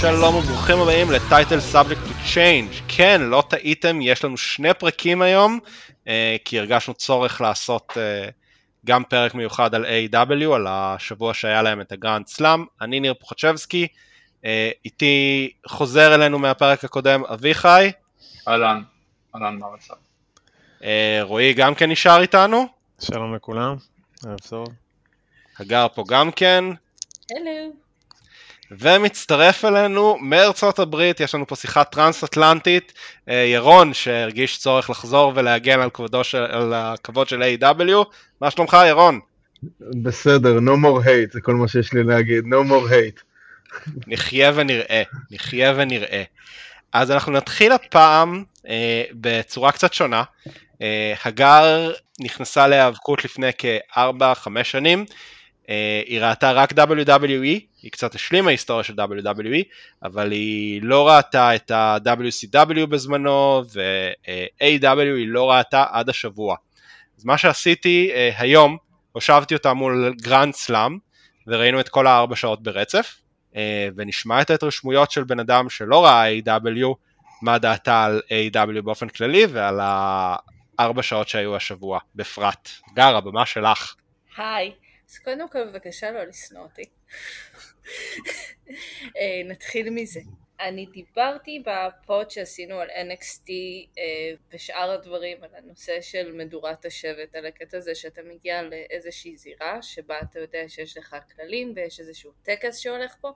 שלום וברוכים הבאים לטייטל Subject to Change. כן, לא טעיתם, יש לנו 2 פרקים היום, כי הרגשנו צורך לעשות גם פרק מיוחד על A.W, על השבוע שהיה להם את הגרנד סלאם. אני ניר פוחצ'בסקי, איתי חוזר אלינו מהפרק הקודם אביחי. אהלן, מה המצב? רועי גם כן נשאר איתנו. שלום לכולם, ערב טוב. הגר פה גם כן. הלו. ומצטרף אלינו מארצות הברית, יש לנו פה שיחה טרנס-אטלנטית, ירון שהרגיש צורך לחזור ולהגן על הכבוד של A.W. מה שלומך ירון? בסדר, no more hate, זה כל מה שיש לי להגיד, no more hate. נחיה ונראה. אז אנחנו נתחיל הפעם בצורה קצת שונה. הגר נכנסה להיאבקות לפני כ4-5 שנים, היא ראתה רק WWE, היא קצת השלימה היסטוריה של WWE, אבל היא לא ראתה את ה-WCW בזמנו, ו-AW היא לא ראתה עד השבוע. אז מה שעשיתי היום, הושבתי אותה מול גרנד סלאם, וראינו את כל 4 שעות ברצף, ונשמע את ההתרשמויות של בן אדם שלא ראה AW, מה דעתה על AW באופן כללי, ועל 4 שעות שהיו השבוע בפרט. גר, הבמה שלך. היי. אז קודם כל בבקשה לא לשנוא אותי. נתחיל מזה. אני דיברתי בפוד שעשינו על NXT ושאר הדברים, על הנושא של מדורת השבט, על הקטע הזה שאתה מגיע לאיזושהי זירה שבה אתה יודע שיש לך כללים ויש איזשהו טקס שהולך פה,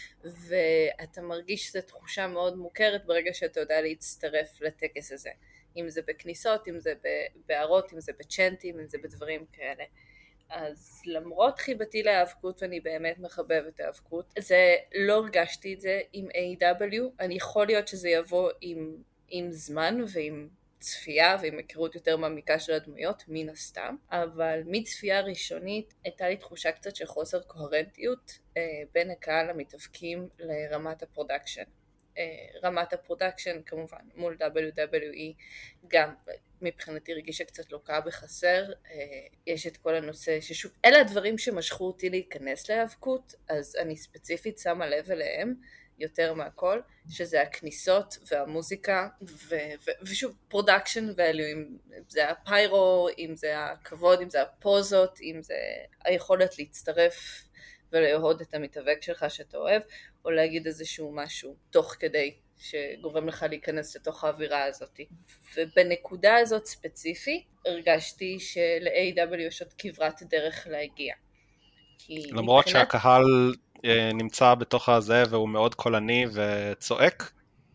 ואתה מרגיש שזו תחושה מאוד מוכרת ברגע שאתה יודע להצטרף לטקס הזה. אם זה בכניסות, אם זה בערות, אם זה בצ'נטים, אם זה בדברים כאלה. אז למרות חיבתי להיאבקות, ואני באמת מחבבת ההיאבקות, זה לא הרגשתי את זה עם A.W. אני יכול להיות שזה יבוא עם זמן ועם צפייה ועם היכרות יותר מעמיקה של הדמויות, מן הסתם, אבל מצפייה ראשונית הייתה לי תחושה קצת של חוסר קוהרנטיות בין הקהל המתאבקים לרמת הפרודקשן. רמת הפרודקשן כמובן מול WWE גם מבחינתי רגישה קצת לוקה בחסר. יש את כל הנושא ששוב, אלה הדברים שמשכו אותי להיכנס להיאבקות, אז אני ספציפית שמה לב אליהם יותר מהכל, שזה הכניסות והמוזיקה ושוב פרודקשן ואלו, אם זה הפיירו, אם זה הכבוד, אם זה הפוזות, אם זה היכולת להצטרף ולאהוד את המתאבק שלך שאתה אוהב, או להגיד איזשהו משהו תוך כדי שגורם לך להיכנס לתוך האווירה הזאת. ובנקודה הזאת ספציפית הרגשתי של-AW יש עוד כברת דרך להגיע. למרות שהקהל נמצא בתוך הזה והוא מאוד קולני וצועק,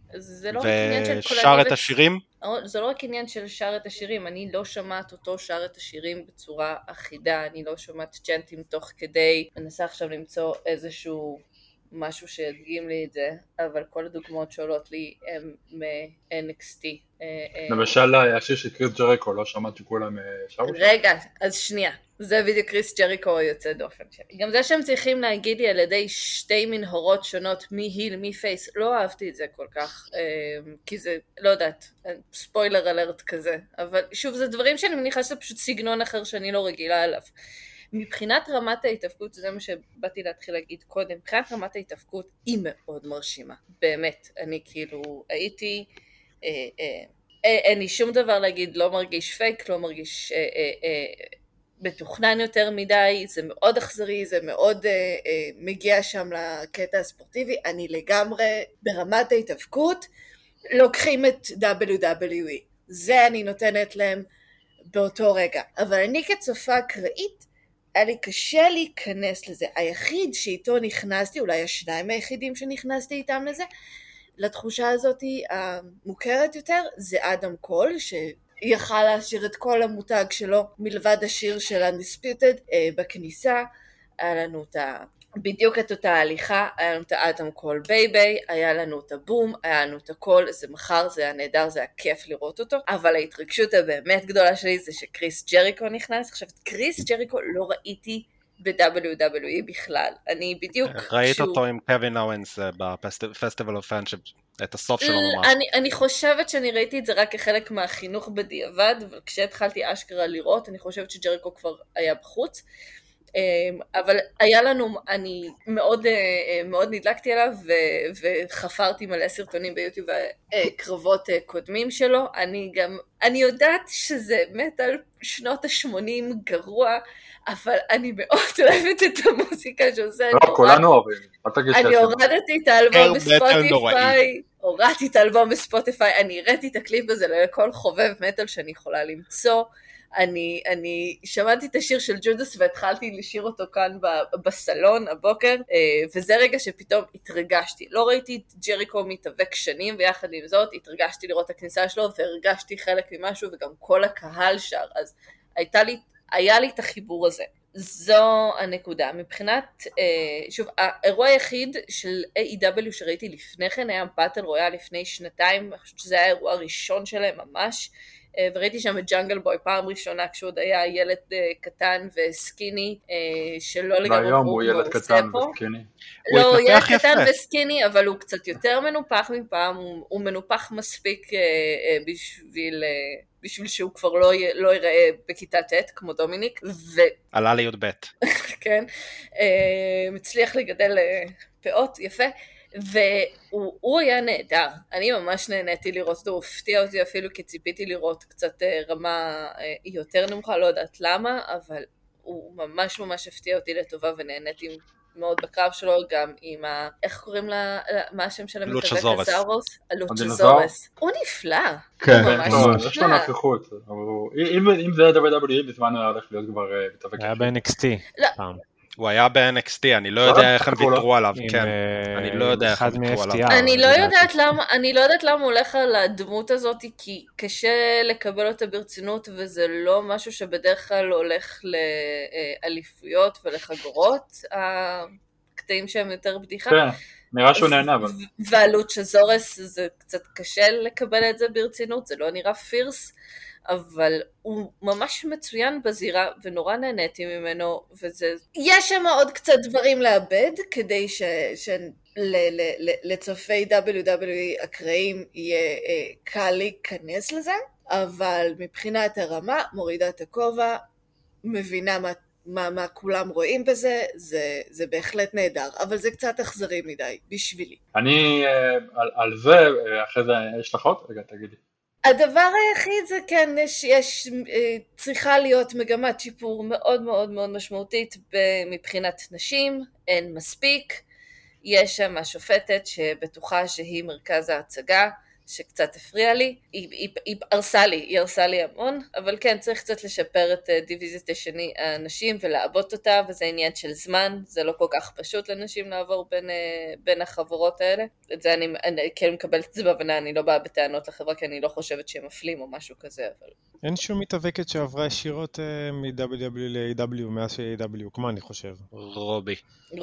ושר את השירים. זה לא רק עניין של שר את השירים, אני לא שמעת אותו שר את השירים בצורה אחידה, אני לא שמעת צ'נטים תוך כדי, מנסה עכשיו למצוא איזשהו משהו שידגים לי את זה, אבל כל הדוגמאות שעולות לי הם מ-NXT. למשל היה שיר של קריס ג'ריקו, לא שמעת שכולם שרו? רגע, אז שנייה, זה בדיוק קריס ג'ריקו היוצא דופן שלי. גם זה שהם צריכים להגיד לי על ידי 2 מנהרות שונות, מי היל, מי פייס, לא אהבתי את זה כל כך, כי זה, לא יודעת, ספוילר אלרט כזה, אבל שוב, זה דברים שאני מניחה שזה פשוט סגנון אחר שאני לא רגילה עליו. מבחינת רמת ההתאבקות, זה מה שבאתי להתחיל להגיד קודם, מבחינת רמת ההתאבקות היא מאוד מרשימה, באמת, אני כאילו הייתי, אין לי שום דבר להגיד, לא מרגיש פייק, לא מרגיש מתוכנן יותר מדי, זה מאוד אכזרי, זה מאוד מגיע שם לקטע הספורטיבי, אני לגמרי ברמת ההתאבקות, לוקחים את WWE, זה אני נותנת להם באותו רגע, אבל אני כצופה אקראית, היה לי קשה להיכנס לזה. היחיד שאיתו נכנסתי, אולי 2 היחידים שנכנסתי איתם לזה, לתחושה הזאת המוכרת יותר, זה אדם קול, שיכל להשאיר את כל המותג שלו, מלבד השיר של Undisputed בכניסה. היה לנו בדיוק את אותה הליכה, היה לנו את האדם קול בייבי, היה לנו את הבום, היה לנו את הקול, זה מחר, זה היה נהדר, זה היה כיף לראות אותו, אבל ההתרגשות הבאמת גדולה שלי זה שקריס ג'ריקו נכנס. עכשיו, קריס ג'ריקו לא ראיתי ב-WWE בכלל, אני בדיוק ראית אותו עם קווין אוונס בפסטיבל אוף פאנשיפ, את הסוף שלו ממש. אני חושבת שאני ראיתי את זה רק כחלק מהחינוך בדיעבד, אבל כשהתחלתי אשכרה לראות, אני חושבת שג'ריקו כבר היה בחוץ. אבל היה לנו, אני מאוד נדלקתי עליו וחפרתי מלא סרטונים ביוטיוב קרבות קודמים שלו. אני יודעת שזה מטל שנות ה-80 גרוע, אבל אני מאוד אוהבת את המוזיקה שעושה. לא, כולנו אוהבים. אני הורדתי את האלבום בספוטיפיי, הורדתי את האלבום בספוטיפיי, אני הראיתי את הקליפ הזה לכל חובב מטל שאני יכולה למצוא. אני שמעתי את השיר של ג'ודס והתחלתי לשיר אותו כאן בסלון הבוקר, וזה רגע שפתאום התרגשתי. לא ראיתי את ג'ריקו מתאבק שנים, ויחד עם זאת התרגשתי לראות את הכניסה שלו, והרגשתי חלק ממשהו, וגם כל הקהל שר, אז היה לי את החיבור הזה. זו הנקודה. מבחינת, שוב, האירוע היחיד של AEW שראיתי לפני כן היה באטל רויאל לפני שנתיים, אני חושבת שזה היה האירוע הראשון שלהם ממש, וראיתי שם את ג'אנגל בוי פעם ראשונה כשהוא עוד היה ילד קטן וסקיני, שלא לגמרי והיום הוא ילד קטן וסקיני. לא, הוא ילד קטן וסקיני, אבל הוא קצת יותר מנופח מפעם, הוא מנופח מספיק בשביל שהוא כבר לא ייראה בכיתה ט' כמו דומיניק. עלה לי י"ב. כן, מצליח לגדל פאות, יפה. והוא היה נהדר, אני ממש נהניתי לראות אותו, הוא הפתיע אותי אפילו כי ציפיתי לראות קצת רמה יותר נמוכה, לא יודעת למה, אבל הוא ממש ממש הפתיע אותי לטובה ונהניתי מאוד בקרב שלו, גם עם איך קוראים לה, מה השם של המתאבק הזארוס? הלוצ'זורס. הוא נפלא. כן, יש לו נפחות. אם זה היה WWE בזמן היה הולך להיות כבר מתאבק. היה ב-NXT פעם. הוא היה ב-NXT, אני לא יודע איך הם ויתרו עליו, כן, אני לא יודע איך הם ויתרו עליו. אני לא יודעת למה הוא הולך על הדמות הזאת, כי קשה לקבל אותה ברצינות, וזה לא משהו שבדרך כלל הולך לאליפויות ולחגורות, הקטעים שהם יותר בדיחה. כן, נראה שהוא נהנה. והלוצ'זורס זה קצת קשה לקבל את זה ברצינות, זה לא נראה פירס, אבל הוא ממש מצוין בזירה, ונורא נהניתי ממנו, יש שם עוד קצת דברים לאבד, כדי לצופי WWE אקראיים יהיה קל להיכנס לזה, אבל מבחינת הרמה, מורידה את הכובע, מבינה מה כולם רואים בזה, זה בהחלט נהדר, אבל זה קצת אכזרי מדי, בשבילי. אני, על זה, אחרי זה יש לך עוד? רגע, תגידי. הדבר היחיד זה כן, צריכה להיות מגמת שיפור מאוד מאוד מאוד משמעותית מבחינת נשים, אין מספיק, יש שם השופטת שבטוחה שהיא מרכז ההצגה, שקצת הפריע לי, היא הרסה לי המון, אבל כן, צריך קצת לשפר את דיוויזיית השני הנשים ולעבוד אותה, וזה עניין של זמן, זה לא כל כך פשוט לנשים לעבור בין החברות האלה, את זה אני כן מקבלת את זה בהבנה, אני לא באה בטענות לחברה, כי אני לא חושבת שהם מפלים או משהו כזה, אבל... אין שום מתאבקת שעברה ישירות מ-WW ל-AW מאז ש-AW, כמו אני חושב. רובי.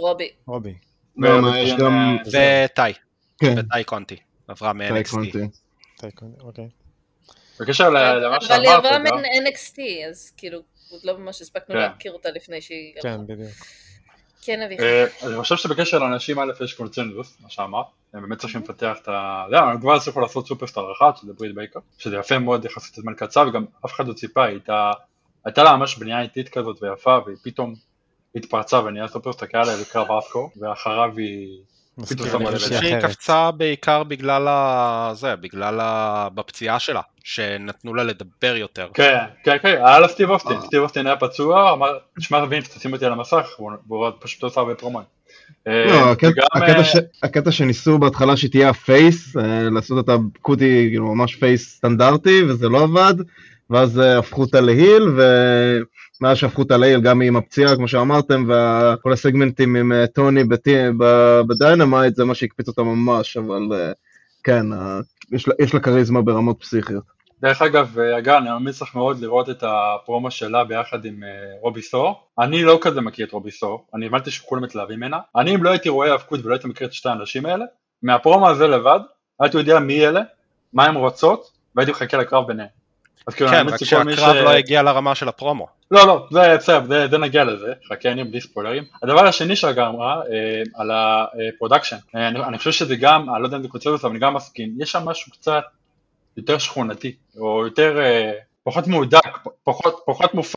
יש גם... וטאי. כן. וטאי קונטי. עברה מ-NXT. אוקיי. בקשר למה שאמרת, אבל היא עברה מ-NXT, אז כאילו, עוד לא ממש הספקנו להכיר אותה לפני שהיא... כן, בדיוק. כן, אביך. אני חושב שבקשר לאנשים א' יש קונצנזוס, מה שאמרת, הם באמת צריכים לפתח את ה... הם כבר הצליחו לעשות סופרסטאר אחד, שזה ברית בייקר, שזה יפה מאוד יחסית לזמן קצר, וגם אף אחד לא ציפה, הייתה לה ממש בנייה איטית כזאת ויפה, והיא פתאום התפרצה ונהיה סופרסטאר כאלה בקרב אסקו, ואחריו היא... שהיא קפצה בעיקר בגלל בפציעה שלה, שנתנו לה לדבר יותר. כן, היה לה סטיב אוסטין היה פצוע, אמר, נשמע רבים, תשים אותי על המסך, והוא פשוט עושה הרבה פרומון. לא, הקטע שניסו בהתחלה שתהיה הפייס, לעשות אותה קודי ממש פייס סטנדרטי, וזה לא עבד, ואז הפכו אותה להיל, מאז שהפכו את הלייל גם עם הפציעה, כמו שאמרתם, וכל הסגמנטים עם טוני בדיינמייט, זה מה שהקפיץ אותה ממש, אבל כן, יש לה קריזמה ברמות פסיכיות. דרך אגב, אגב, אני ממליץ לך מאוד לראות את הפרומו שלה ביחד עם רובי סור. אני לא כזה מכיר את רובי סור, אני הבנתי שכולם מתלהבים ממנה. אני אם לא הייתי רואה האבקות ולא הייתי מכיר את שתי האנשים האלה, מהפרומו הזה לבד, הייתי יודע מי אלה, מה הם רוצות, והייתי מחכה לקרב ביניהם. כן, רק שהקרב לא הגיע לרמה של הפרומו. לא, זה בסדר, זה נגיע לזה, חכה אני בלי ספוילרים. הדבר השני שרגע אמרה, על הפרודקשן, אני חושב שזה גם, אני לא יודע אם זה קוצר, אבל אני גם מסכים, יש שם משהו קצת יותר שכונתי, או יותר, פחות מהודק, פחות מופק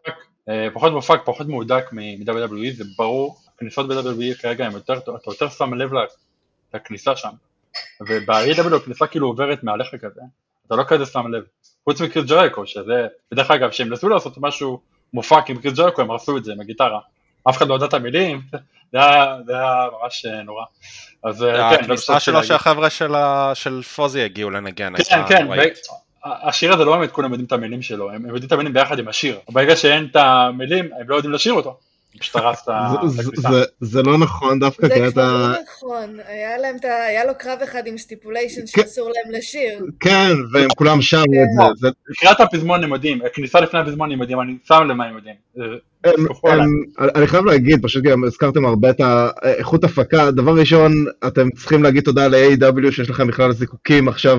פחות מופק, פחות מהודק מ-WWE, זה ברור, הכניסות ב-WWE כרגע הן יותר, אתה יותר שם לב לכניסה שם, וב-AW הכניסה כאילו עוברת מעליך כזה, אתה לא כזה שם לב, חוץ מקריס ג'ריקו, שזה, בדרך אגב, שהם נסו לעשות משהו מופק עם קריס ג'ריקו, הם הרסו את זה עם הגיטרה, אף אחד לא יודע את המילים, זה היה ממש נורא. הכניסה שלו שהחבר'ה של פוזי הגיעו לנגן. כן, השיר הזה לא באמת כולם יודעים את המילים שלו, הם יודעים את המילים ביחד עם השיר, ברגע שאין את המילים, הם לא יודעים לשיר אותו. זה לא נכון דווקא. זה כבר לא נכון, היה לו קרב אחד עם סטיפוליישן שאסור להם לשיר. כן, והם כולם שרו את זה. לקראת הפזמון הם יודעים, הכניסה לפני הפזמון הם יודעים, אני שם למה הם יודעים. אני חייב להגיד, פשוט גם הזכרתם הרבה את איכות הפקה, דבר ראשון, אתם צריכים להגיד תודה ל-AW שיש לכם בכלל זיקוקים עכשיו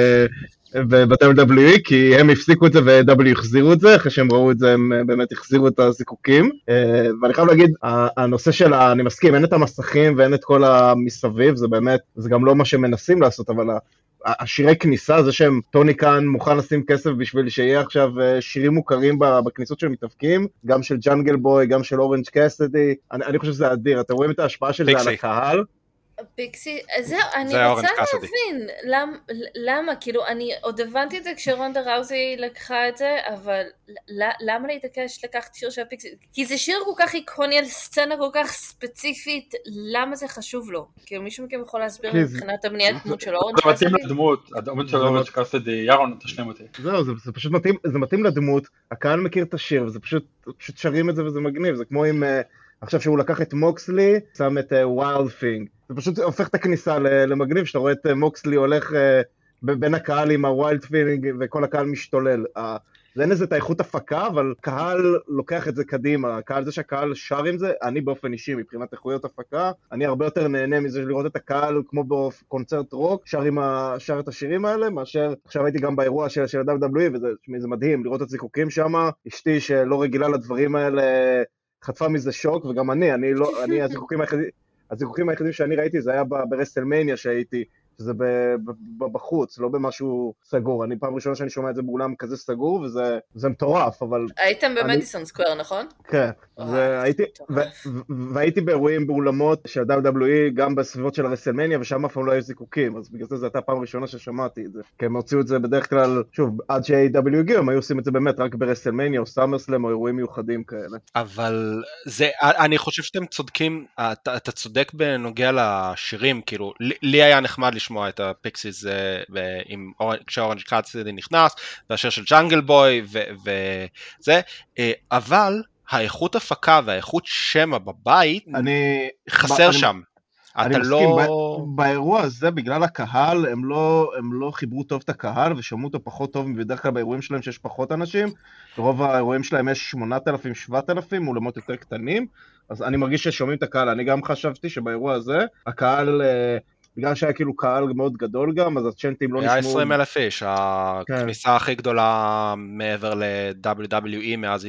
ב-WWE, כי הם הפסיקו את זה ו-AW החזירו את זה, אחרי שהם ראו את זה הם באמת החזירו את הזיקוקים, ואני חייב להגיד, הנושא של, אני מסכים, אין את המסכים ואין את כל המסביב, זה באמת, זה גם לא מה שמנסים לעשות, אבל השירי כניסה, זה שהם, טוני קאן מוכן לשים כסף בשביל שיהיה עכשיו שירים מוכרים בכניסות של מתאבקים, גם של ג'אנגל בוי, גם של אורנג' קאסדי, אני חושב שזה אדיר, אתם רואים את ההשפעה של זה על הקהל? פיקסי, זהו, אני רוצה להבין, למה, כאילו, אני עוד הבנתי את זה כשרונדה ראוזי לקחה את זה, אבל למה להתעקש לקחת שיר של פיקסי? כי זה שיר כל כך איקוני על סצנה כל כך ספציפית, למה זה חשוב לו? כאילו, מישהו מכם יכול להסביר מבחינת הבניית דמות של אורנג' קאסדי? זה מתאים לדמות, הדמות של אורנג' קאסדי, ירון, תשלים אותי. זהו, זה פשוט מתאים, זה מתאים לדמות, הקהל מכיר את השיר, וזה פשוט שרים את זה וזה מגניב, זה כמו עם, עכשיו שהוא לקח את מוקסלי, שם את ווילד פינג. זה פשוט הופך את הכניסה למגניב, שאתה רואה את מוקסלי הולך בין הקהל עם הווילד פינג, וכל הקהל משתולל. זה אין איזה את האיכות הפקה, אבל קהל לוקח את זה קדימה. הקהל, זה שהקהל שר עם זה, אני באופן אישי, מבחינת איכויות הפקה, אני הרבה יותר נהנה מזה לראות את הקהל, כמו בקונצרט רוק, שר את השירים האלה, מאשר עכשיו הייתי גם באירוע של ה-WWE, וזה מדהים, לראות את הזיקוקים שם, אשתי שלא רגילה לדברים האלה, חטפה מזה שוק, וגם אני הזיקוקים היחידים שאני ראיתי זה היה ברסלמניה שהייתי, שזה בחוץ, לא במשהו סגור. אני פעם ראשונה שאני שומע את זה באולם כזה סגור, וזה מטורף, אבל... הייתם במדיסון סקוואר, נכון? כן, והייתי באירועים באולמות של WWE, גם בסביבות של הרסלמניה, ושם אף פעם לא היו זיקוקים, אז בגלל זה זו הייתה פעם ראשונה ששמעתי את זה. כי הם הוציאו את זה בדרך כלל, שוב, עד ש-AW הגיעו, הם היו עושים את זה באמת רק ברסלמניה, או סאמרסלם, או אירועים מיוחדים כאלה. אבל אני חושב שאתם צודקים, אתה צודק בנוגע לשירים, כאילו, לי היה נחמד לשמוע את הפיקסיס כשאורנג' קאסדי נכנס, והשיר של ג'אנגל בוי וזה, אבל האיכות הפקה והאיכות שמע בבית חסר שם. אני מסכים, באירוע הזה בגלל הקהל הם לא חיברו טוב את הקהל ושמעו אותו פחות טוב מבדרך כלל באירועים שלהם שיש פחות אנשים, ברוב האירועים שלהם יש 8,000-7,000 אולמות יותר קטנים, אז אני מרגיש ששומעים את הקהל. אני גם חשבתי שבאירוע הזה הקהל, בגלל שהיה כאילו קהל מאוד גדול גם, אז הצ'נטים לא נשמעו... היה 20,000 איש, הכניסה הכי גדולה מעבר ל-WWE מאז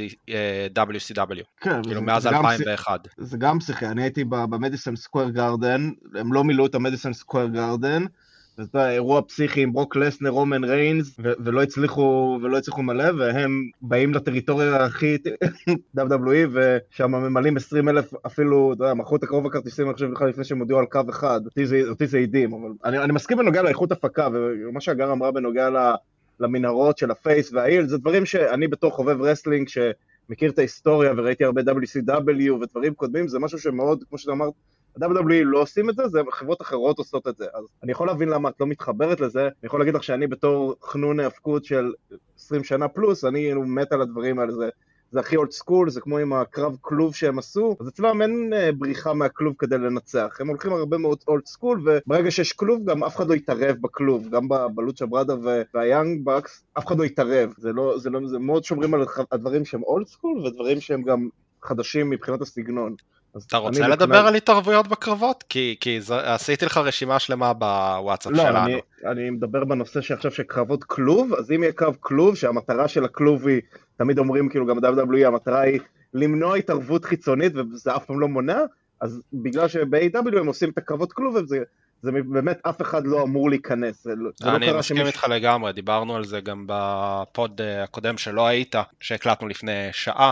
WCW, כאילו מאז 2001. זה גם פסיכי, אני הייתי במדיסון סקוואר גארדן, הם לא מילאו את המדיסון סקוואר גארדן, וזה אירוע פסיכי עם ברוק לסנר, רומן ריינס, ולא הצליחו מלא, והם באים לטריטוריה הכי WWE, ושם ממלאים 20,000, אפילו, אתה יודע, מכרו את הקרוב הכרטיסים, אני חושב בכלל לפני שהם הודיעו על קו אחד, אותי זה עידים, אבל אני מסכים בנוגע לאיכות הפקה, ומה שהגר אמרה בנוגע למנהרות של הפייס והאיל, זה דברים שאני בתור חובב רסלינג, שמכיר את ההיסטוריה, וראיתי הרבה WCW ודברים קודמים, זה משהו שמאוד, כמו שאתה אמרת, ה-WWE לא עושים את זה, זה חברות אחרות עושות את זה, אז אני יכול להבין למה את לא מתחברת לזה, אני יכול להגיד לך שאני בתור חנון ההפקות של 20 שנה פלוס, אני מת על הדברים האלה, זה הכי אולד סקול, זה כמו עם הקרב כלוב שהם עשו, אז אצלם אין בריחה מהכלוב כדי לנצח, הם הולכים הרבה מאוד אולד סקול, וברגע שיש כלוב גם אף אחד לא יתערב בכלוב, גם בלוצ'ה בראדה והיאנג בקס, אף אחד לא יתערב, זה מאוד שומרים על הדברים שהם אולד סקול, ודברים שהם גם חדשים מבחינת הסגנון. אתה רוצה לדבר על התערבויות בקרבות? כי עשיתי לך רשימה שלמה בוואטסאפ שלנו. לא, אני מדבר בנושא שעכשיו שקרבות כלוב, אז אם יהיה קרב כלוב, שהמטרה של הכלוב היא, תמיד אומרים כאילו גם ב-WWE, המטרה היא למנוע התערבות חיצונית, וזה אף פעם לא מונע, אז בגלל שב-AW הם עושים את הקרבות כלוב, זה באמת אף אחד לא אמור להיכנס. אני מסכים איתך לגמרי, דיברנו על זה גם בפוד הקודם שלא היית, שהקלטנו לפני שעה,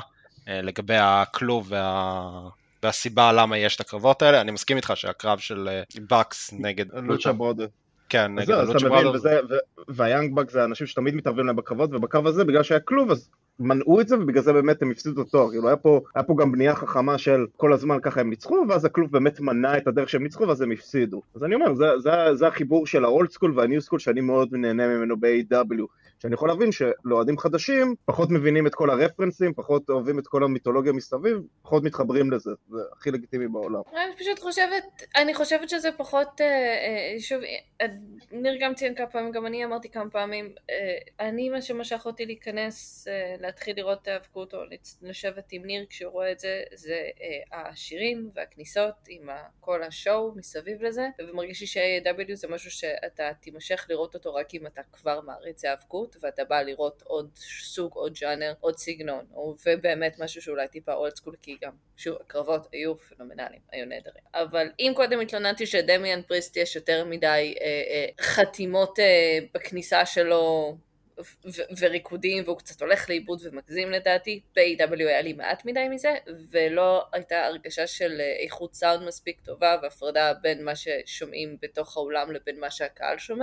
לגבי הכלוב והסיבה למה יש את הקרבות האלה. אני מסכים איתך שהקרב של בקס נגד לוצ'ה ברודרס. כן, נגד הלוצ'ה ברודרס. והיאנג בקס זה האנשים שתמיד מתערבים להם בקרבות, ובקרב הזה בגלל שהיה כלוב אז מנעו את זה, ובגלל זה באמת הם הפסידו את התואר. כאילו היה פה גם בנייה חכמה של כל הזמן ככה הם ניצחו, ואז הכלוב באמת מנע את הדרך שהם ניצחו, ואז הם הפסידו. אז אני אומר, זה החיבור של האולד סקול והניו סקול שאני מאוד נהנה ממנו ב-AW. שאני יכול להבין שלאוהדים חדשים פחות מבינים את כל הרפרנסים, פחות אוהבים את כל המיתולוגיה מסביב, פחות מתחברים לזה, זה הכי לגיטימי בעולם. אני חושבת שזה פחות, שוב, ניר גם ציין כמה פעמים, גם אני אמרתי כמה פעמים, אני מה שמשך אותי להיכנס, להתחיל לראות את ההאבקות או לשבת עם ניר כשהוא רואה את זה, זה השירים והכניסות עם כל השואו מסביב לזה, ומרגיש לי ש-AW זה משהו שאתה תימשך לראות אותו רק אם אתה כבר מעריץ ההאבקות, ואתה בא לראות עוד סוג, עוד ז'אנר, עוד סגנון, ובאמת משהו שאולי טיפה אולד סקול, כי גם, שוב, הקרבות היו פנומנליים, היו נהדרים. אבל אם קודם התלוננתי שדמיאן פריסט יש יותר מדי חתימות בכניסה שלו, וריקודים, והוא קצת הולך לאיבוד ומגזים לדעתי, ב-AW היה לי מעט מדי מזה, ולא הייתה הרגשה של איכות סאונד מספיק טובה, והפרדה בין מה ששומעים בתוך האולם לבין מה שהקהל שומע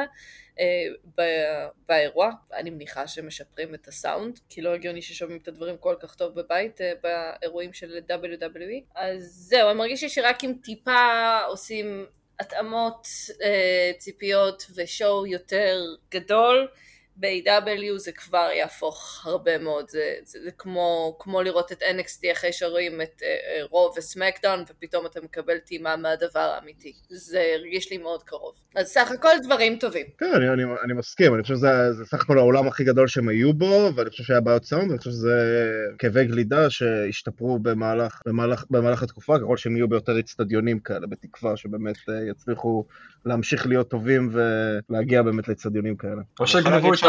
באירוע. אני מניחה שמשפרים את הסאונד, כי לא הגיוני ששומעים את הדברים כל כך טוב בבית באירועים של WWE. אז זהו, אני מרגיש לי שרק אם טיפה עושים התאמות, ציפיות ושואו יותר גדול, ב-AW זה כבר יהפוך הרבה מאוד, זה כמו לראות את NXT אחרי שרואים את רו וסמקדאון, ופתאום אתה מקבל טעימה מהדבר האמיתי. זה הרגיש לי מאוד קרוב. אז סך הכל דברים טובים. כן, אני מסכים, אני חושב שזה סך הכל העולם הכי גדול שהם היו בו, ואני חושב שהיה בעיות סאונד, ואני חושב שזה כאבי גלידה שהשתפרו במהלך התקופה, ככל שהם יהיו ביותר אצטדיונים כאלה, בתקווה שבאמת יצליחו להמשיך להיות טובים ולהגיע באמת לאצטדיונים כאלה. או שגנבו את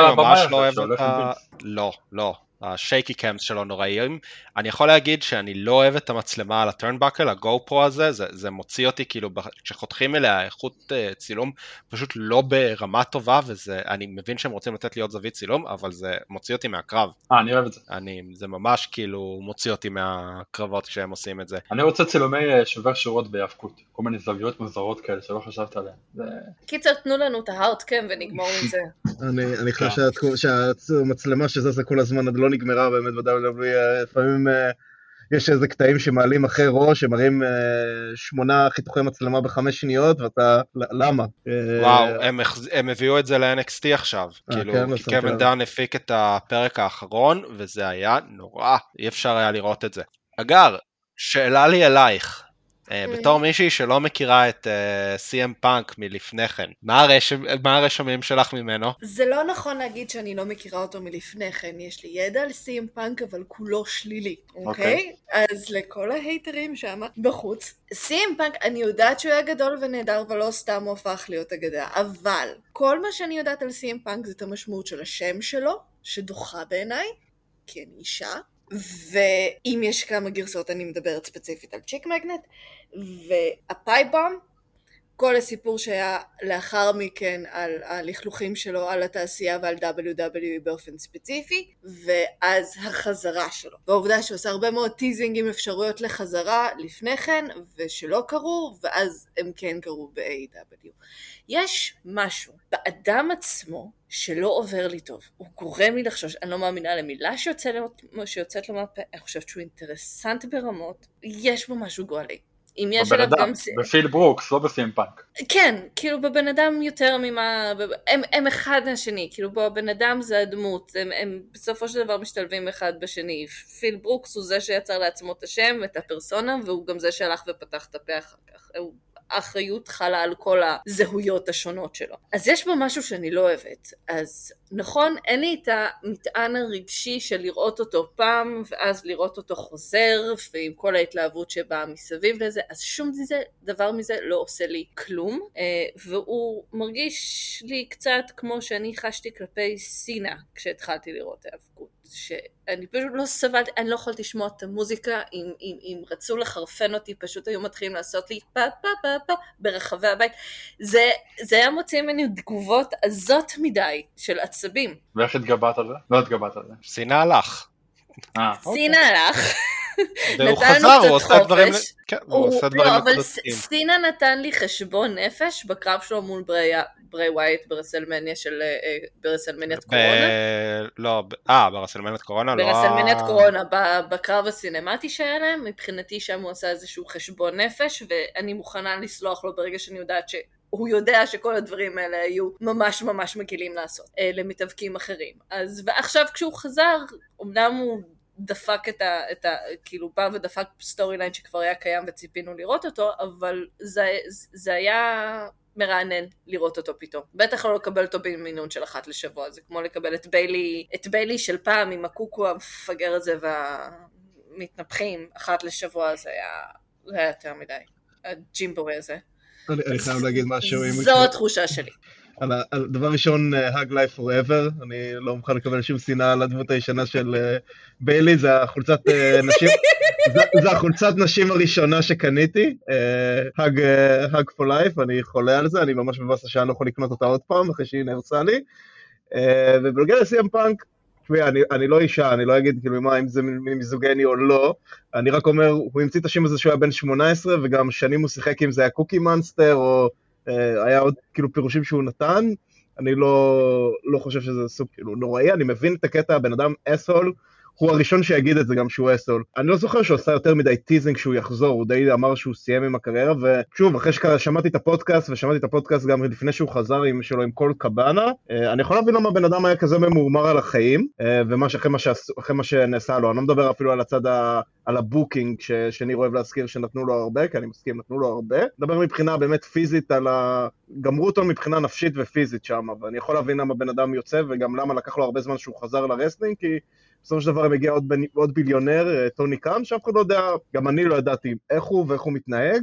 לא, השייקי קאמס שלו נוראים. אני יכול להגיד שאני לא אוהב את המצלמה על הטרנבקל, הגו פרו הזה, זה מוציא אותי כאילו, כשחותכים אליה איכות צילום, פשוט לא ברמה טובה, ואני מבין שהם רוצים לתת לי עוד זווית צילום, אבל זה מוציא אותי מהקרב. אני אוהב את זה. זה ממש כאילו מוציא אותי מהקרבות כשהם עושים את זה. אני רוצה צילומי שובר שורות בהאבקות, כל מיני זוויות מוזרות כאלה שלא חשבת עליהן. קיצר, תנו לנו את ההארדקאם ונגמור עם זה. אני חושב שהמצלמה שזזה כל הזמן עד לא נגמרה באמת ב-WWE, לפעמים יש איזה קטעים שמעלים אחרי ראש, שמראים 8 חיתוכי מצלמה ב5 שניות, ואתה, למה? וואו, הם הביאו את זה ל-NXT עכשיו, כאילו, כי קווין דאן הפיק את הפרק האחרון, וזה היה נורא, אי אפשר היה לראות את זה. אגר, שאלה לי אלייך, בתור מישהי שלא מכירה את CM פאנק מלפני כן, מה הרשמים שלך ממנו? זה לא נכון להגיד שאני לא מכירה אותו מלפני כן, יש לי ידע על CM פאנק אבל כולו שלילי, אוקיי? אז לכל ההייטרים שם בחוץ, CM פאנק אני יודעת שהוא היה גדול ונהדר ולא סתם הוא הפך להיות אגדה, אבל כל מה שאני יודעת על CM פאנק זה את המשמעות של השם שלו, שדוחה בעיניי, כי אני אישה, ואם יש כמה גרסאות אני מדברת ספציפית על צ'יק מגנט, והפייבום, כל הסיפור שהיה לאחר מכן על הלכלוכים שלו על התעשייה ועל WWE באופן ספציפי, ואז החזרה שלו. והעובדה שהוא עושה הרבה מאוד טיזינג עם אפשרויות לחזרה לפני כן, ושלא קרו, ואז הם כן קרו ב-AW. יש משהו באדם עצמו שלא עובר לי טוב. הוא גורם לי לחשוש, אני לא מאמינה למילה שיוצאת לו מהפה, אני חושבת שהוא אינטרסנט ברמות, יש בו משהו גואלי. בפיל ברוקס, לא בסים פאנק. כן, כאילו בבן אדם יותר ממה, הם אחד מהשני, כאילו בבן אדם זה הדמות, הם בסופו של דבר משתלבים אחד בשני. פיל ברוקס הוא זה שיצר לעצמו את השם, את הפרסונה, והוא גם זה שהלך ופתח את הפה אחר כך. האחריות חלה על כל הזהויות השונות שלו. אז יש בו משהו שאני לא אוהבת. אז נכון, אין לי את המטען הרגשי של לראות אותו פעם, ואז לראות אותו חוזר, ועם כל ההתלהבות שבאה מסביב לזה, אז שום דבר מזה לא עושה לי כלום, והוא מרגיש לי קצת כמו שאני חשתי כלפי סינה, כשהתחלתי לראות האבקות. שאני פשוט לא סבלתי, אני לא יכולתי לשמוע את המוזיקה, אם רצו לחרפן אותי, פשוט היו מתחילים לעשות לי פה פה פה פה ברחבי הבית. זה היה מוציא ממני תגובות עזות מדי של עצבים. ואיך התגברת על זה? לא התגברת על זה. סינה הלך. סינה הלך. והוא נתן חזר, הוא לו עושה קצת דברים, חופש. כן, הוא עושה דברים לא, אבל נקודתיים. סינה נתן לי חשבון נפש בקרב שלו מול ברי ווייט ברסלמניית קורונה. לא, ברסלמניית קורונה, לא. ברסלמניית קורונה, בקרב הסינמטי שהיה להם, מבחינתי שם הוא עשה איזשהו חשבון נפש, ואני מוכנה לסלוח לו ברגע שאני יודעת הוא יודע שכל הדברים האלה היו ממש ממש מגילים לעשות למתאבקים אחרים. אז ועכשיו כשהוא חזר, אמנם הוא דפק כאילו בא ודפק סטורי ליין שכבר היה קיים וציפינו לראות אותו, אבל זה היה מרענן לראות אותו פתאום. בטח לא לקבל אותו במינון של אחת לשבוע, זה כמו לקבל את ביילי של פעם עם הקוקו המפגר הזה והמתנפחים אחת לשבוע, זה היה יותר מדי, הג'ימבורי הזה. אני חייב להגיד משהו. זו התחושה שלי. על דבר ראשון, Hug Life Forever, אני לא מוכן לקבל שום שנאה על הדמות הישנה של ביילי, זה החולצת נשים הראשונה שקניתי, Hug for Life, אני חולה על זה, אני ממש מבאס שאני לא יכול לקנות אותה עוד פעם, אחרי שהיא נהרסה לי, ובנוגע ל-CM Punk, אני לא אישה, אני לא אגיד כאילו אם זה מיזוגני או לא, אני רק אומר, הוא המציא את השם הזה שהוא היה בן 18, וגם שנים הוא שיחק אם זה היה קוקי מונסטר, או היה עוד כאילו פירושים שהוא נתן, אני לא חושב שזה סוג כאילו נוראי, אני מבין את הקטע, הבן אדם אסול, הוא הראשון שיגיד את זה גם שהוא אסול. אני לא זוכר שהוא עשה יותר מדי טיזינג שהוא יחזור, הוא די אמר שהוא סיים עם הקריירה, ושוב, אחרי ששמעתי את הפודקאסט, ושמעתי את הפודקאסט גם לפני שהוא חזר שלו עם כל קבאנה, אני יכול להבין למה בן אדם היה כזה ממורמר על החיים, אחרי מה שנעשה לו, אני לא מדבר אפילו על הצד על הבוקינג, שאני אוהב להזכיר שנתנו לו הרבה, כי אני מסכים, נתנו לו הרבה, מדבר מבחינה באמת פיזית, גמרו אותו מבחינה נפשית ופיזית שם, ואני יכול להבין למה בן אדם יוצא, וגם למה לקח לו הרבה זמן שהוא חזר לרסלינג, כי בסופו של דבר הם הגיע עוד ביליונר, טוני קאן, שאף אחד לא יודע, גם אני לא ידעתי איך הוא ואיך הוא מתנהג,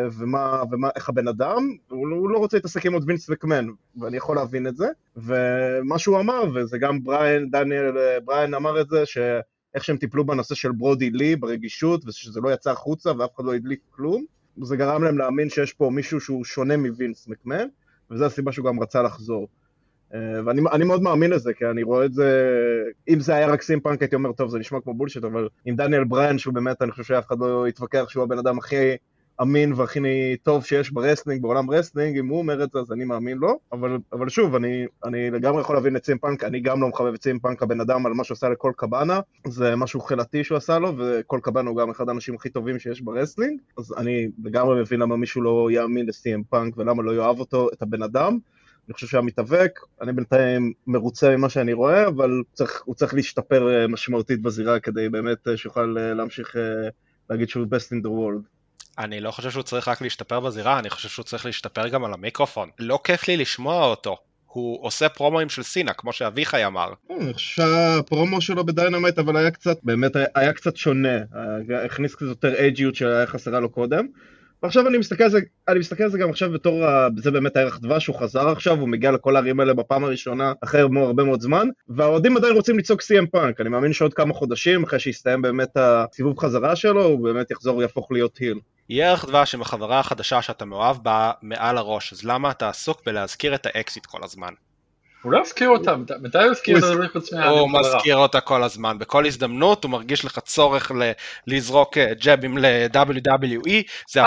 איך הבן אדם, הוא לא רוצה להתעסק עם עוד וינס וקמן, ואני יכול להבין את זה, ומה שהוא אמר, וזה גם בריין אמר את זה, איך שהם טיפלו בנושא של ברודי לי, ברגישות, ושזה לא יצא החוצה, ואף אחד לא הדליק כלום, וזה גרם להם להאמין שיש פה מישהו שהוא שונה מווינס מקמן, וזו הסיבה שהוא גם רצה לחזור. ואני מאוד מאמין לזה, כי אני רואה את זה, אם זה היה רק סים פאנק, הייתי אומר, טוב, זה נשמע כמו בולשיט, אבל עם דניאל בריין, שהוא באמת, אני חושב שאף אחד לא יתווכח, שהוא הבן אדם הכי אמין והכי טוב שיש ברסלינג, בעולם רסלינג, אם הוא אומר את זה, אז אני מאמין לו, אבל שוב, אני לגמרי יכול להבין את סים פאנק, אני גם לא מחבב את סים פאנק הבן אדם על מה שהוא עשה לכל קבאנה, זה משהו חילתי שהוא עשה לו, וכל קבאנה הוא גם אחד האנשים הכי טובים שיש ברסלינג, אז אני לגמרי מבין למה מישהו לא יאמין לסים פאנק, ולמה לא יאהב אותו, את הבן אדם. אני חושב שהמתאבק, אני בינתיים מרוצה ממה שאני רואה, אבל הוא צריך להשתפר משמעותית בזירה, כדי באמת שיוכל להמשיך להגיד שהוא best in the world. אני לא חושב שהוא צריך רק להשתפר בזירה, אני חושב שהוא צריך להשתפר גם על המיקרופון. לא כיף לי לשמוע אותו. הוא עושה פרומואים של סינה, כמו שאביחי אמר. אני חושב שהפרומו שלו בדיינמייט, אבל היה קצת, באמת היה קצת שונה. הכניס קצת יותר אייג'יות שהיה חסרה לו קודם. ועכשיו אני מסתכל על זה גם עכשיו בתור, זה באמת הערך דבש, הוא חזר עכשיו, הוא מגיע לכל הערים האלה בפעם הראשונה, אחרי הרבה מאוד זמן, והאוהדים עדיין רוצים לצעוק CM Punk, אני מאמין שעוד כמה חודשים, אחרי שיסתיים באמת הסיבוב חזרה שלו, הוא באמת יחזור ויהפוך להיות היל. יהיה ערך דבש עם החברה החדשה שאתה מאוהב בה מעל הראש, אז למה אתה עסוק בלהזכיר את האקסיט כל הזמן? הוא לא הזכיר אותה, מתי הוא הזכיר אותה? הוא מזכיר אותה כל הזמן, בכל הזדמנות הוא מרגיש לך צורך לזרוק ג'אבים ל-WWE, זה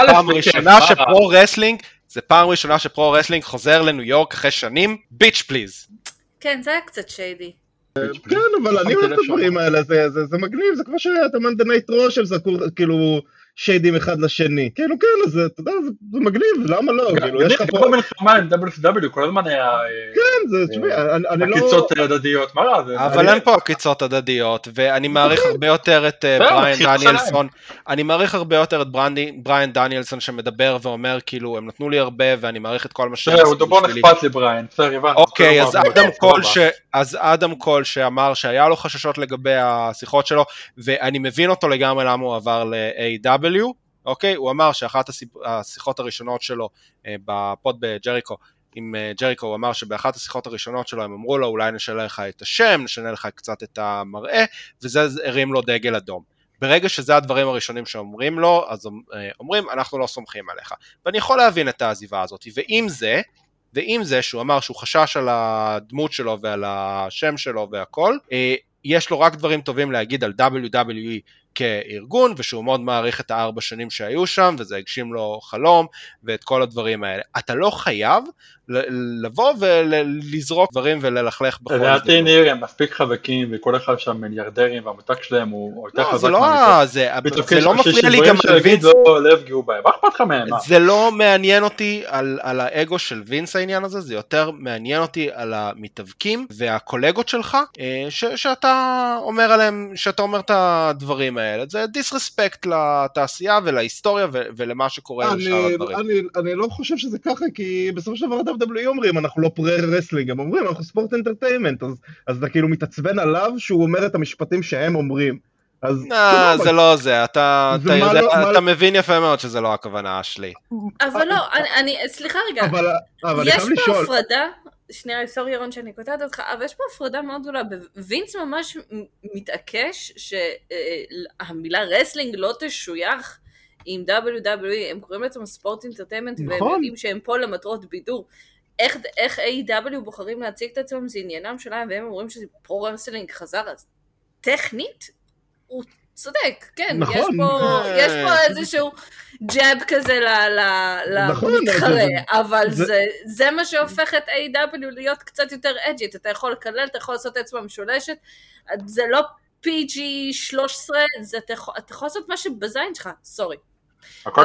פעם ראשונה שפרו רסלינג חוזר לניו יורק אחרי שנים, ביץ' פליז. כן, זה היה קצת שיידי. כן, אבל אני אוהב את הדברים האלה, זה מגניב, זה כמו שאת המנדה נייט רו של זכור, כאילו, שיידים אחד לשני, כאילו כן, אז אתה יודע, זה מגניב, למה לא? יש לך פה מלחמה עם WCW, כל הזמן היה... כן, זה, תשמעי, אני לא... עקיצות הדדיות, מה רע? אבל אין פה עקיצות הדדיות, ואני מעריך הרבה יותר את בריין דניאלסון, אני מעריך הרבה יותר את בריין דניאלסון שמדבר ואומר, כאילו, הם נתנו לי הרבה, ואני מעריך את כל מה שהם... הוא דובון אכפת לי בריין, בסדר, הבנתי. אוקיי, אז אדם קול שאמר שהיה לו חששות לגבי השיחות שלו, ואני מבין אותו לגמרי למה הוא עבר ל-AW, אוקיי? הוא אמר שאחת השיחות הראשונות שלו בפוד בג'ריקו, עם ג'ריקו, הוא אמר שבאחת השיחות הראשונות שלו הם אמרו לו, אולי נשנה לך את השם, נשנה לך קצת את המראה, וזה הרים לו דגל אדום. ברגע שזה הדברים הראשונים שאומרים לו, אז אומרים, אנחנו לא סומכים עליך. ואני יכול להבין את העזיבה הזאת, ועם זה שהוא אמר שהוא חשש על הדמות שלו ועל השם שלו והכל, יש לו רק דברים טובים להגיד על WWE כארגון, ושהוא מאוד מעריך את 4 שנים שהיו שם, וזה הגשים לו חלום, ואת כל הדברים האלה. אתה לא חייב לבוא ולזרוק דברים וללכלך בכל הזדמנות. לדעתי ניר הם מספיק חזקים, וכל אחד שם מיליארדרים, והמותג שלהם הוא יותר חזק. זה לא מפריע לי גם על וינס. לא יפגעו בהם, מה אכפת לך מהם? זה לא מעניין אותי על האגו של וינס העניין הזה, זה יותר מעניין אותי על המתאבקים והקולגות שלך, שאתה אומר עליהם, שאתה אומר את הדברים האלה. זה דיסרספקט לתעשייה ולהיסטוריה ולמה שקורה לשאר הדברים. אני לא חושב שזה ככה, כי בסופו של דבר WWE אומרים, אנחנו לא פרה-רסלינג, הם אומרים, אנחנו ספורט אנטרטיימנט, אז אתה כאילו מתעצבן עליו שהוא אומר את המשפטים שהם אומרים. זה לא זה, אתה מבין יפה מאוד שזה לא הכוונה שלי. אבל לא, סליחה רגע, יש פה הפרדה, שנייה, סורי ירון שאני קוטעת אותך, אבל יש פה הפרדה מאוד גדולה, וינס ממש מתעקש שהמילה רסלינג לא תשוייך עם WWE, הם קוראים לעצמם ספורט אינטרטיימנט, והם יודעים שהם פה למטרות בידור. איך A.W. בוחרים להציג את עצמם, זה עניינם שלהם, והם אומרים שזה פרו-רסלינג חזר, אז טכנית, הוא צודק, כן, יש פה איזשהו ג'אב כזה למתחרה, אבל זה מה שהופך את A.W. להיות קצת יותר אג'ית, אתה יכול לקלל, אתה יכול לעשות עצמה משולשת, זה לא PG-13, אתה יכול לעשות מה שבזין שלך, סורי. הכל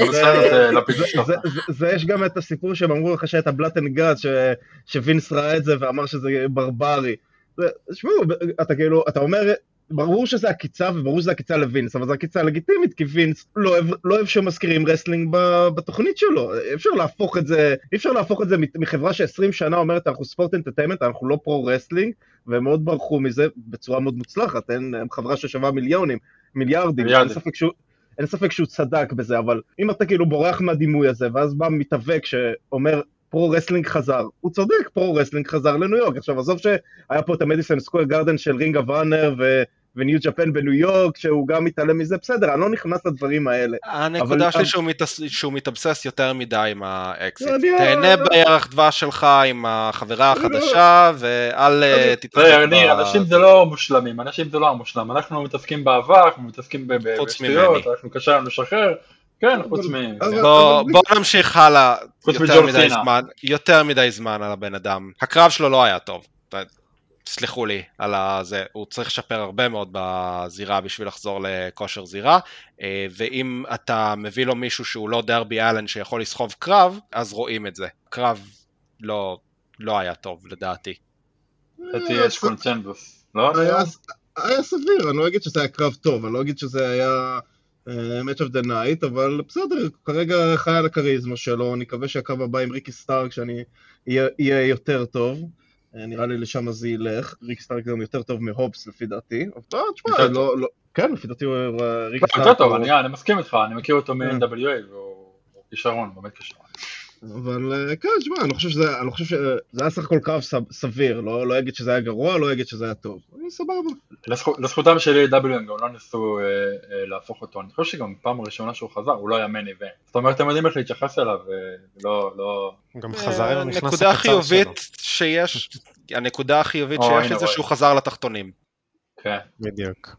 זה יש גם את הסיפור שהם אמרו לך שאת הבלאט אנד גאד שווינס ראה את זה ואמר שזה ברברי. תשמעו, אתה אומר ברור שזה הקיצה וברור שזה הקיצה לווינס, אבל זה הקיצה לגיטימית כי וינס לא אוהב שמזכירים רסלינג בתוכנית שלו. אי אפשר להפוך את זה מחברה ש20 שנה אומרת אנחנו ספורט אנטרטיימנט, אנחנו לא פרו רסלינג, והם מאוד ברחו מזה בצורה מאוד מוצלחת. הם חברה ששווה מיליארדים. אין ספק שהוא צדק בזה, אבל אם אתה כאילו בורח מהדימוי הזה, ואז בא מתאבק שאומר פרו-רסלינג חזר, הוא צודק, פרו-רסלינג חזר לניו יורק. עכשיו, עזוב שהיה פה את המדיסון סקוואר גארדן של רינג אוף אונר וניו ג'פן בניו יורק, שהוא גם מתעלם מזה, בסדר, אני לא נכנס לדברים האלה. הנקודה שלי שהוא מתאבסס יותר מדי עם האקסיט. תהנה בירח דבש שלך עם החברה החדשה, ואל תתרחק. אנשים זה לא מושלמים, אנחנו מתעסקים בעבר, אנחנו מתעסקים בשטויות, אנחנו קשה לנו לשחרר, כן, חוץ מהם. בוא נמשיך הלאה, יותר מדי זמן על הבן אדם. הקרב שלו לא היה טוב. סליחו לי על זה, הוא צריך לשפר הרבה מאוד בזירה בשביל לחזור לכושר זירה, ואם אתה מביא לו מישהו שהוא לא דרבי אלן שיכול לסחוב קרב, אז רואים את זה. קרב לא היה טוב לדעתי. יש קונצנזוס, לא? היה סביר, אני לא אגיד שזה היה קרב טוב, אני לא אגיד שזה היה match of the night, אבל בסדר, כרגע חי על הקריזמה שלו, אני מקווה שהקרב הבא עם ריקי סטארק שאני יהיה יותר טוב. נראה לי לשם זה ילך, ריק סטארק גם יותר טוב מהובס לפי דעתי, אבל תשמע, כן, לפי דעתי הוא ריק סטארק. יותר טוב, אני מסכים איתך, אני מכיר אותו מ-NWA, והוא כישרון, באמת כישרון. אבל כן, תשמע, אני חושב שזה היה סך הכל קרב סביר, לא אגיד שזה היה גרוע, לא אגיד שזה היה טוב, סבבה. לזכותם של A.W. הם גם לא ניסו להפוך אותו, אני חושב שגם פעם הראשונה שהוא חזר, הוא לא היה מני איבנט. זאת אומרת, הם יודעים איך להתייחס אליו, ולא... גם חזר עם המכנס הנקודה החיובית שיש את זה שהוא חזר לתחתונים. כן. בדיוק.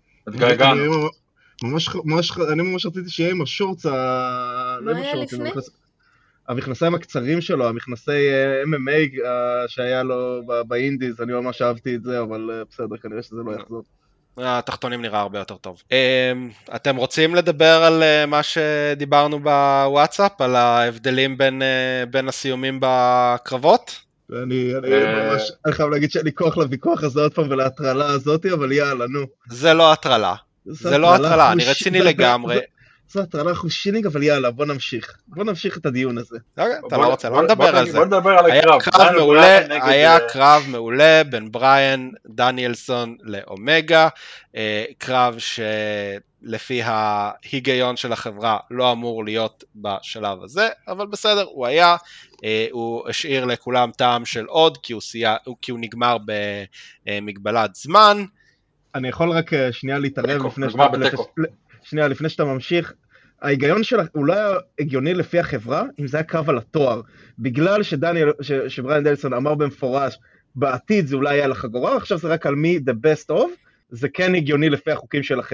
אני ממש רציתי שיהיה עם השורץ, מה היה לפני? המכנסיים הקצרים שלו, המכנסי MMA שהיה לו באינדיז, אני ממש אהבתי את זה, אבל בסדר, כנראה שזה לא יחזור. התחתונים נראה הרבה יותר טוב. אתם רוצים לדבר על מה שדיברנו בוואטסאפ, על ההבדלים בין הסיומים בקרבות? אני חייב להגיד שאני כוח לוויכוח הזה עוד פעם ולהטרלה הזאת, אבל יאללה, נו. זה לא הטרלה, אני רציני לגמרי. זו הטרלה חושינינג, אבל יאללה, בוא נמשיך את הדיון הזה. אתה לא רוצה, לא נדבר על זה. בוא נדבר על הקרב. היה קרב מעולה בין בריאן דניאלסון לאומגה, קרב שלפי ההיגיון של החברה לא אמור להיות בשלב הזה, אבל בסדר, הוא היה, הוא השאיר לכולם טעם של עוד, כי הוא נגמר במגבלת זמן. אני יכול רק שנייה להתערב לפני שאתה ממשיך. ההיגיון שלה, הוא לא היה הגיוני לפי החברה, אם זה היה קרב על התואר, בגלל שבריאן דניאלסון אמר במפורש, בעתיד זה אולי היה לחגורה, עכשיו זה רק על מי the best of, זה כן הגיוני לפי החוקים של החברה.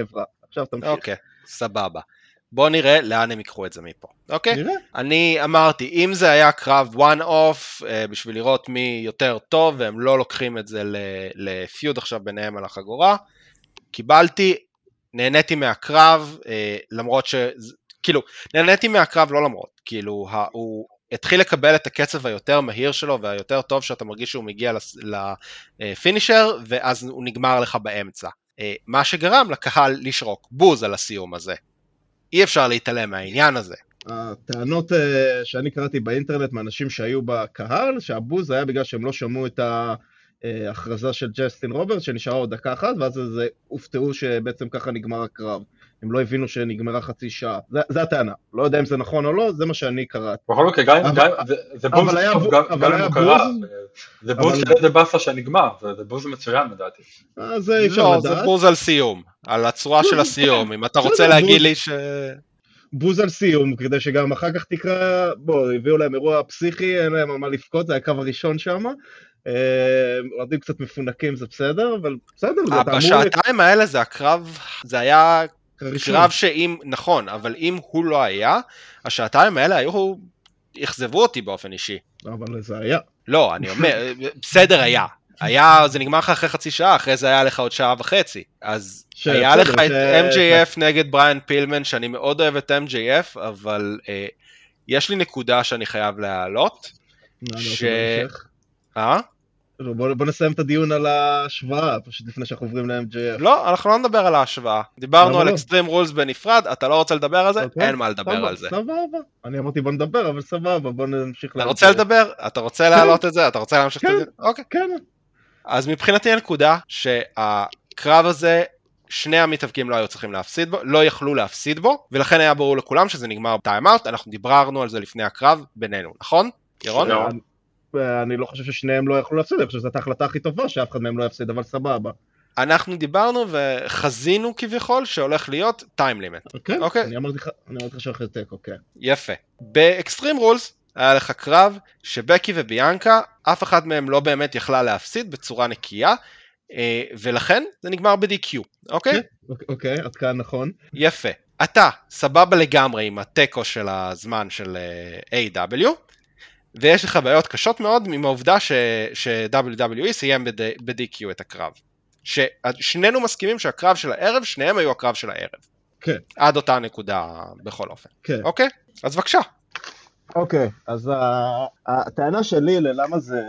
עכשיו תמשיך. אוקיי, סבבה. בוא נראה לאן הם ייקחו את זה מפה, אוקיי? נראה. אני אמרתי, אם זה היה קרב one off, בשביל לראות מי יותר טוב, והם לא לוקחים את זה לפיוד עכשיו ביניהם על החגורה, קיבלתי, נהניתי מהקרב, למרות כאילו, נהניתי מהקרב לא למרות, כאילו, הוא התחיל לקבל את הקצב היותר מהיר שלו, והיותר טוב שאתה מרגיש שהוא מגיע לפינישר, ואז הוא נגמר לך באמצע. מה שגרם לקהל לשרוק בוז על הסיום הזה. אי אפשר להתעלם מהעניין הזה. הטענות שאני קראתי באינטרנט מאנשים שהיו בקהל, שהבוז היה בגלל שהם לא שמעו את ההכרזה של ג'סטין רוברט, שנשארה עוד דקה אחת, ואז זה הופתעו שבעצם ככה נגמר הקרב. הם לא הבינו שנגמרה חצי שעה. זה הטענה. לא יודע אם זה נכון או לא, זה מה שאני קראתי. בכל מקרה, זה בוז טוב, גם אם הוא קרה. זה בוז של איזה באסה שנגמר, זה בוז מצוין לדעתי. זה אי אפשר לדעת. לא, זה בוז על סיום, על הצורה של הסיום. אם אתה רוצה להגיד לי ש... בוז על סיום, כדי שגם אחר כך תקרא, הביאו להם אירוע פסיכי, אין להם מה לפקוד, זה היה הקו הראשון שם. רדים קצת מפונקים, זה בסדר, אבל בסדר. בשעתיים האלה זה הקרב, זה היה קרב שאם, נכון, אבל אם הוא לא היה, השעתיים האלה היו, יחזבו אותי באופן אישי. אבל זה היה. לא, אני אומר, בסדר היה, זה נגמר לך אחרי חצי שעה, אחרי זה היה לך עוד שעה וחצי, אז היה לך את MJF נגד בריאן פילמן, שאני מאוד אוהב את MJF, אבל יש לי נקודה שאני חייב להעלות, בוא נסיים את הדיון על ההשוואה, פשוט לפני שאנחנו עוברים ל-MJF. לא, אנחנו לא נדבר על ההשוואה. דיברנו על אקסטרים רולס בנפרד, אתה לא רוצה לדבר על זה? אין מה לדבר על זה. סבבה. אני אמרתי בוא נדבר, אבל סבבה, בוא נמשיך. אתה רוצה לדבר? אתה רוצה להעלות את זה? אתה רוצה להמשיך את זה? אוקיי. כן. אז מבחינתי הנקודה שהקרב הזה, שני המתאבקים לא היו צריכים להפסיד בו, לא יכלו להפסיד בו, ולכן היה ברור לכולם שזה נגמר טיים-אאוט, אנחנו דיברנו על זה לפני הקרב בינינו, נכון? ירון? אני לא חושב ששניהם לא יכלו להפסיד, אני חושב שזאת ההחלטה הכי טובה שאף אחד מהם לא יפסיד, אבל סבבה. אנחנו דיברנו וחזינו כביכול שהולך להיות טיים לימט. אוקיי. אני אמרתי לך שהולך לתק, אוקיי. יפה. באקסטרים רולס היה לך קרב שבקי וביאנקה, אף אחד מהם לא באמת יכלה להפסיד בצורה נקייה, ולכן זה נגמר ב-DQ, אוקיי? אוקיי, עד כאן נכון. יפה. אתה סבבה לגמרי עם הטקו של הזמן של AW, ויש לך בעיות קשות מאוד עם העובדה ש-WWE סיים ב-DQ את הקרב. ששנינו מסכימים שהקרב של הערב, שניהם היו הקרב של הערב. כן. עד אותה נקודה בכל אופן. כן. אוקיי? אז בבקשה. אוקיי, אז הטענה שלי ללמה זה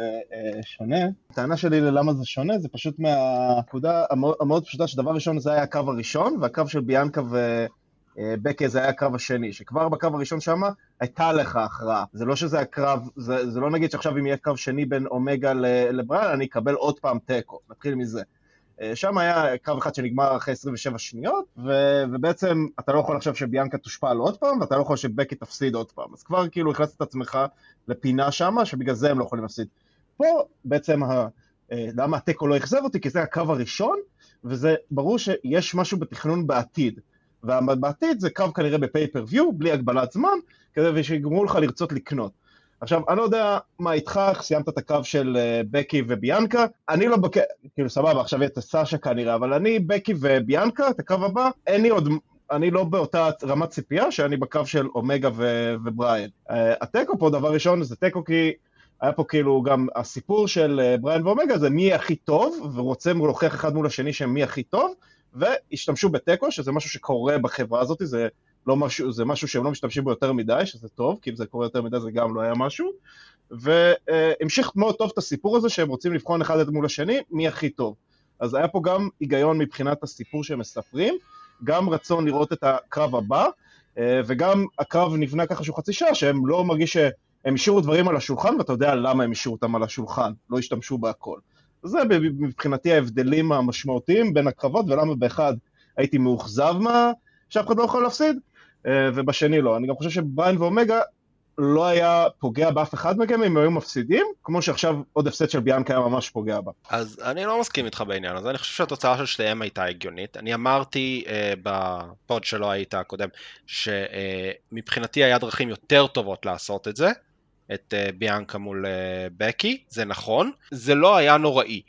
שונה, זה פשוט מהנקודה המאוד פשוטה שדבר ראשון זה היה הקו הראשון, והקו של ביאנקה ובקי זה היה הקו השני, שכבר בקו הראשון שם הייתה לך הכרעה. זה לא שזה הקרב, זה לא נגיד שעכשיו אם יהיה קו שני בין אומגה לבריאן, אני אקבל עוד פעם טקו, נתחיל מזה. שם היה קו אחד שנגמר אחרי 27 שניות, ובעצם אתה לא יכול עכשיו שביאנקה תושפע על עוד פעם, ואתה לא יכול שבקי תפסיד עוד פעם. אז כבר כאילו הכנסת את עצמך לפינה שם, שבגלל זה הם לא יכולים להפסיד. פה בעצם, למה הטקו לא יחזב אותי? כי זה הקו הראשון, וזה ברור שיש משהו בתכנון בעתיד. ובעתיד זה קו כנראה בפייפר-ויו, בלי הגבלת זמן, כדי שיגמרו לך לרצות לקנות. עכשיו, אני לא יודע מה איתך, סיימת את הקו של בקי וביאנקה, אני לא כאילו סבבה, עכשיו את סאשה כנראה, אבל אני, בקי וביאנקה, את הקו הבא, אני לא באותה רמת ציפייה, שאני בקו של אומגה ובריין. הטקו פה, דבר ראשון, זה טקו כי היה פה כאילו גם הסיפור של בריין ואומגה, זה מי הכי טוב, ורוצה להוכיח אחד מול השני שהם מי הכי טוב, והשתמשו בטקו, שזה משהו שקורה בחברה הזאת, זה משהו שהם לא משתמשים בו יותר מדי, שזה טוב, כי אם זה קורה יותר מדי זה גם לא היה משהו, והמשיך מאוד טוב את הסיפור הזה, שהם רוצים לבחון אחד מול השני, מי הכי טוב. אז היה פה גם היגיון מבחינת הסיפור שהם מספרים, גם רצון לראות את הקרב הבא, וגם הקרב נבנה ככה שהוא חצי שעה, שהם לא מרגיש שהם השאירו דברים על השולחן, ואתה יודע למה הם השאירו אותם על השולחן, לא השתמשו בהכל. זה מבחינתי ההבדלים המשמעותיים בין הקרבות, ולמה באחד הייתי מאוכזב שאף אחד לא יכול להפסיד, ובשני לא. אני גם חושב שבריין ואומגה לא היה פוגע באף אחד מהם, אם היו מפסידים, כמו שעכשיו עוד הפסד של ביאנקה היה ממש פוגע בה. אז אני לא מסכים איתך בעניין הזה, אני חושב שהתוצאה של שתיהם הייתה הגיונית. אני אמרתי בפוד שלא היית הקודם, שמבחינתי היה דרכים יותר טובות לעשות את זה, את ביאנקה מול בקי, זה נכון, זה לא היה נוראי.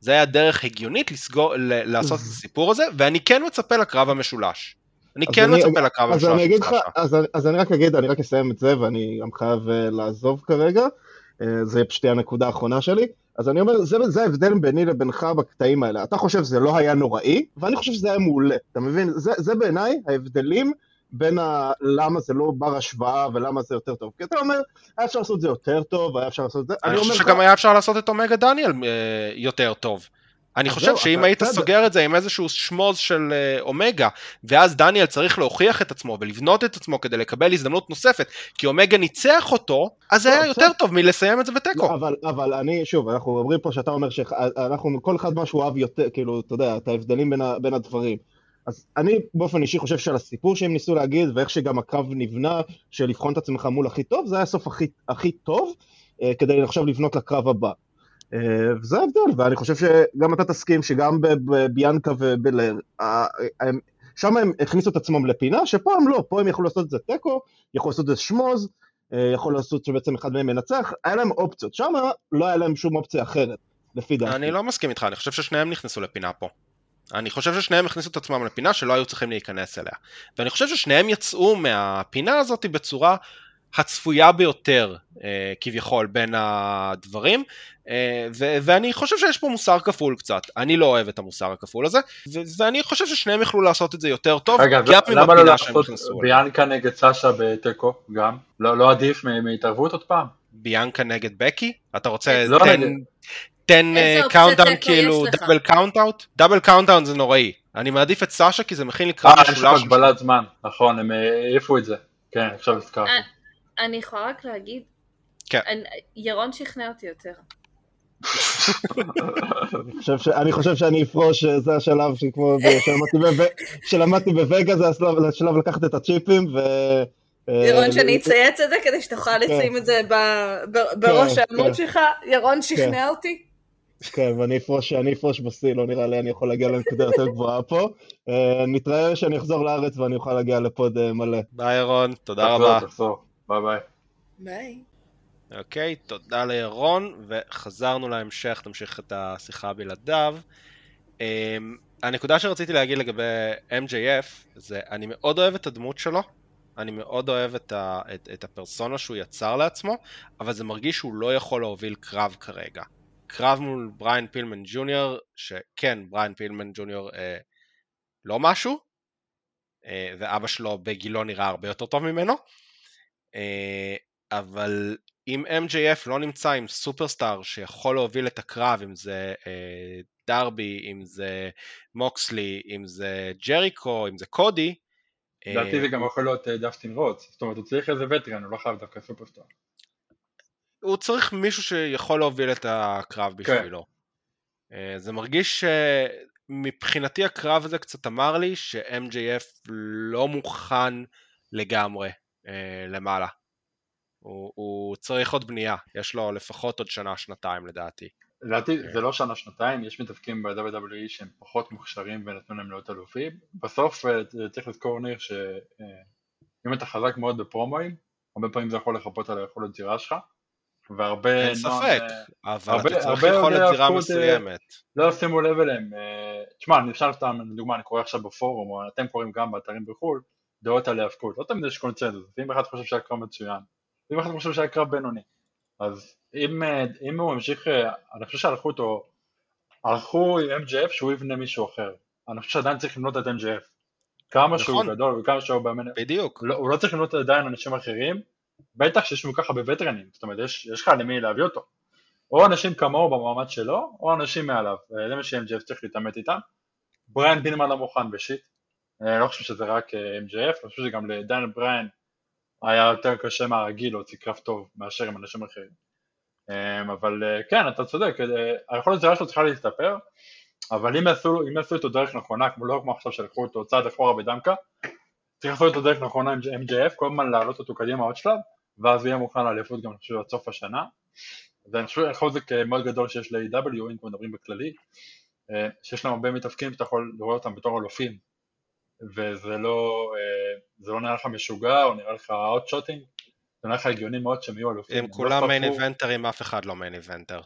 זה היה דרך הגיונית לעשות את הסיפור הזה, ואני כן מצפה לקרב המשולש. אני כן מצפה לקרב המשולש. אז אני רק אגיד, אני רק אסיים את זה, ואני גם חייב לעזוב כרגע, זה פשוט הנקודה האחרונה שלי, אז אני אומר, זה ההבדל ביני לבינך בקטעים האלה, אתה חושב שזה לא היה נוראי, ואני חושב שזה היה מעולה, אתה מבין? זה בעיניי ההבדלים בין למה זה לא בר השוואה ולמה זה יותר טוב, כי אתה אומר, היה אפשר לעשות את זה יותר טוב, היה אפשר לעשות את זה, אני חושב שגם היה אפשר לעשות את אומגה דניאל יותר טוב. אני חושב שאם היית סוגר את זה עם איזשהו שמוז של אומגה, ואז דניאל צריך להוכיח את עצמו ולבנות את עצמו כדי לקבל הזדמנות נוספת, כי אומגה ניצח אותו, אז זה היה יותר טוב מלסיים את זה בטקו. אבל אני, שוב, אנחנו אומרים פה שאתה אומר שאנחנו, כל אחד משהו אוהב יותר, כאילו, אתה יודע, את ההבדלים בין הדברים. אז אני באופן אישי חושב שעל הסיפור שהם ניסו להגיד, ואיך שגם הקרב נבנה, של לבחון את עצמך מול הכי טוב, זה היה הסוף הכי טוב, כדי עכשיו לבנות לקרב הבא. וזה ההבדל, ואני חושב שגם אתה תסכים שגם בביאנקה ובלר, שם הם הכניסו את עצמם לפינה, שפעם לא, פה הם יכולו לעשות את זה טקו, יכולו לעשות את זה שמוז, יכולו לעשות שבעצם אחד מהם מנצח, היה להם אופציות, שם לא היה להם שום אופציה אחרת, לפי דעתי. אני לא מסכים איתך, אני חושב ששניהם נכנסו לפינה פה. אני חושב ששניהם הכניסו את עצמם לפינה שלא היו צריכים להיכנס אליה. ואני חושב ששניהם יצאו מהפינה הזאת בצורה הצפויה ביותר, כביכול, בין הדברים, ואני חושב שיש פה מוסר כפול קצת. אני לא אוהב את המוסר הכפול הזה, ואני חושב ששניהם יכלו לעשות את זה יותר טוב, גם עם הפינה שהם נכנסו. ביאנקה נגד סאשה בטקו, גם? לא עדיף מהתערבות עוד פעם? ביאנקה נגד בקי? אתה רוצה 10 קאונטאון, כאילו דאבל קאונט-אוט? דאבל קאונט-אוט זה נוראי. אני מעדיף את סאשה כי זה מכין לקרב משולש. אין שם הגבלת זמן, נכון, הם העיפו את זה. כן, עכשיו הזכרתי. אני יכולה רק להגיד, ירון שכנע אותי יותר. אני חושב שאני אפרוש, זה השלב שלמדתי בווגה, זה השלב לקחת את הצ'יפים ירון, שאני אצייץ את זה כדי שתוכל לשים את זה בראש העמוד שלך. ירון שכנע אותי. כן, ואני אפרוש בסי, לא נראה לי אני יכול להגיע לנקודה יותר גבוהה פה. נתראה שאני אחזור לארץ ואני אוכל להגיע לפוד מלא. ביי ירון, תודה רבה. ביי ביי. ביי. אוקיי, תודה לירון, וחזרנו להמשך, נמשיך את השיחה בלעדיו. הנקודה שרציתי להגיד לגבי MJF, זה אני מאוד אוהב את הדמות שלו, אני מאוד אוהב את הפרסונה שהוא יצר לעצמו, אבל זה מרגיש שהוא לא יכול להוביל קרב כרגע. קרב מול בריין פילמן ג'וניור, שכן, בריין פילמן ג'וניור לא משהו, ואבא שלו בגילו נראה הרבה יותר טוב ממנו, אבל אם MJF לא נמצא עם סופרסטאר שיכול להוביל את הקרב, אם זה דרבי, אם זה מוקסלי, אם זה ג'ריקו, אם זה קודי, לדעתי זה גם יכול להיות דסטין רודס, זאת אומרת הוא צריך איזה וטרן, הוא לא חייב דווקא סופרסטאר. הוא צריך מישהו שיכול להוביל את הקרב בשבילו. זה מרגיש שמבחינתי הקרב הזה קצת אמר לי ש-MJF לא מוכן לגמרי למעלה. הוא צריך עוד בנייה, יש לו לפחות עוד שנה, שנתיים לדעתי. לדעתי זה לא שנה, שנתיים, יש מתאבקים ב-WWE שהם פחות מוכשרים ונתנו להם להיות אלופים. בסוף צריך לזכור ניר שאם אתה חזק מאוד בפרומואים, הרבה פעמים זה יכול לחפות על היכולת זירה שלך, והרבה... אין ספק, אבל אתה צריך יכולת זירה מסוימת. לא שימו לב אליהם. תשמע, אני אפשר סתם, לדוגמה, אני קורא עכשיו בפורום, או אתם קוראים גם באתרים בחו"ל, דעות על ההאבקות, לא תמיד יש קונצנזוס, אם אחד חושב שהיה קרב מצוין, אם אחד חושב שהיה קרב בינוני, אז אם הוא ממשיך, אני חושב הלכו עם MJF שהוא יבנה מישהו אחר, אני חושב שעדיין צריך לבנות את MJF, כמה שהוא גדול וכמה שהוא באמן, בדיוק. הוא לא צריך לבנות עדיין אנשים אחרים, בטח שיש לנו ככה בווטרנים, זאת אומרת יש לך למי להביא אותו, או אנשים כמוהו במעמד שלו, או אנשים מעליו, זה מה ש-MJF צריך להתאמת איתם, בריין פילמן לא מוכן בשיט, אני לא חושב שזה רק MJF, אני חושב שגם לדניאל בריין היה יותר קשה מהרגיל להוציא קרב טוב מאשר עם אנשים אחרים. אבל כן, אתה צודק, היכולת זירה שלו צריכה להסתפר, אבל אם יעשו אותו דרך נכונה, לא כמו עכשיו שלקחו אותו צעד אחורה בדמקה, צריך לעשות אותו דרך נכונה עם MJF, כל הזמן להעלות אותו קדימה עוד שלב, ואז הוא יהיה מוכן לאליפות גם עד סוף השנה. ואני חושב חוזק מאוד גדול שיש ל-AW, אם כבר מדברים בכללי, שיש להם הרבה מתאבקים שאתה יכול לראות אותם בתור אלופים, וזה לא נראה לך משוגע, או נראה לך אאוטשוטינג, זה נראה לך הגיוני מאוד שהם יהיו אלופים. הם כולם מיין איבנטרים, אף אחד לא מיין איבנטר.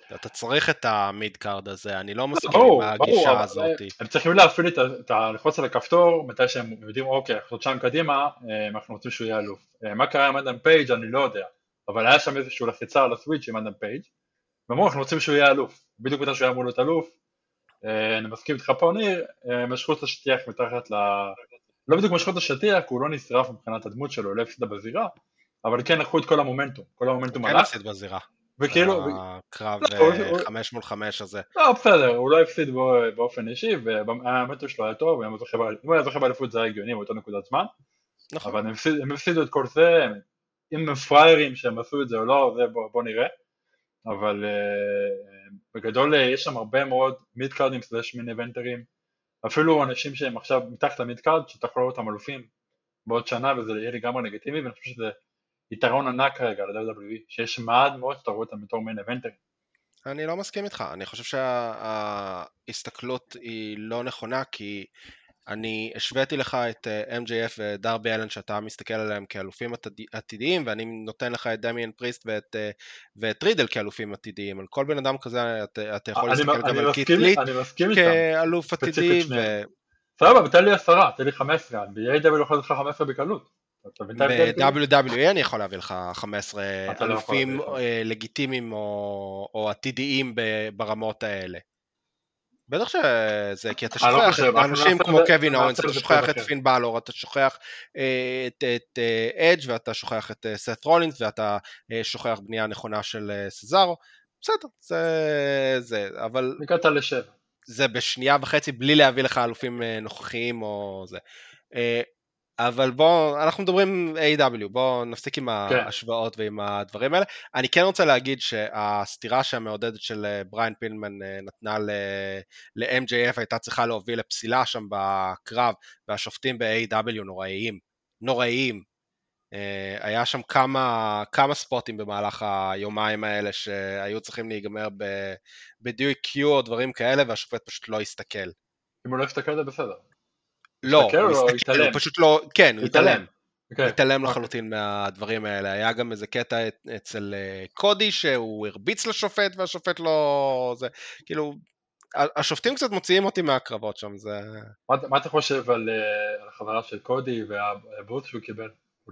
אתה צריך את המיד קארד הזה, אני לא מסכים ברור, עם הגישה אבל הזאת. הם צריכים להפעיל ללחוץ על הכפתור מתי שהם יודעים, אוקיי, חודשיים קדימה, אנחנו רוצים שהוא יהיה אלוף. מה קרה עם אדם פייג' אני לא יודע, אבל היה שם איזשהו לחיצה על הסוויץ' עם אדם פייג', ואמרו, אנחנו רוצים שהוא יהיה אלוף, בדיוק מתי שהוא היה אמור להיות אלוף, אני מסכים איתך פה ניר, משכו את השטיח מתחת לא בדיוק משכו את השטיח, הוא לא נשרף מבחינת הדמות שלו, לא הפסידה בזירה, אבל כן לקחו את כל המומנטום כן הלך, הפסיד בזירה. וכאילו, הקרב 5 מול 5 הזה. לא, בסדר, הוא לא הפסיד בו באופן אישי, והמומנטום שלו היה טוב, אם הוא היה זוכה באליפות זה היה הגיוני, באותו נקודת זמן, נכון. אבל הם הפסידו את כל זה, אם הם פריירים שהם עשו את זה או לא, זה בוא נראה, אבל בגדול יש שם הרבה מאוד מיד קארדים סלש מיני איבנטרים, אפילו אנשים שהם עכשיו מתחת למיד קארד, שאתה יכול לראות אותם אלופים בעוד שנה, וזה יהיה לגמרי לגיטימי, ואני חושב שזה יתרון ענק כרגע ל-WWE, שיש מעט מאוד שאתה רואה אותם בתור מיין איבנטרים. אני לא מסכים איתך, אני חושב שההסתכלות היא לא נכונה, כי אני השוויתי לך את MJF ודרבי אלן שאתה מסתכל עליהם כאלופים עתידיים, ואני נותן לך את דמיאן פריסט ואת רידל כאלופים עתידיים. על כל בן אדם כזה אתה יכול להסתכל גם על קיט ליט כאלוף עתידי. סבבה, תן לי 10, תן לי 15, ב-AW יכול להיות לך 15 בקלות. ב-WWE אני יכול להביא לך 15 אלופים לגיטימיים או עתידיים ברמות האלה. בטח שזה, כי אתה שוכח את אנשים כמו קווין אורנס, אתה שוכח את פין בלור, אתה שוכח את אדג' ואתה שוכח את סת רולינס, ואתה שוכח בנייה נכונה של סזארו, בסדר, זה, אבל... נקעת לשב. זה בשנייה וחצי בלי להביא לך אלופים נוכחיים או זה. אבל בוא, אנחנו מדברים A.W, בוא נפסיק עם ההשוואות ועם הדברים האלה. אני כן רוצה להגיד שהסתירה שהמעודדת של בריין פילמן נתנה ל-MJF הייתה צריכה להוביל לפסילה שם בקרב, והשופטים ב-A.W נוראיים. היה שם כמה ספוטים במהלך היומיים האלה שהיו צריכים להיגמר ב-DQ או דברים כאלה, והשופט פשוט לא הסתכל. אם הוא לא הסתכל זה בסדר. לא, הוא פשוט לא, כן, הוא התעלם לחלוטין מהדברים האלה. היה גם איזה קטע אצל קודי שהוא הרביץ לשופט והשופט לא, זה כאילו, השופטים קצת מוציאים אותי מהקרבות שם, זה... מה אתה חושב על החברה של קודי והבוט שהוא קיבל?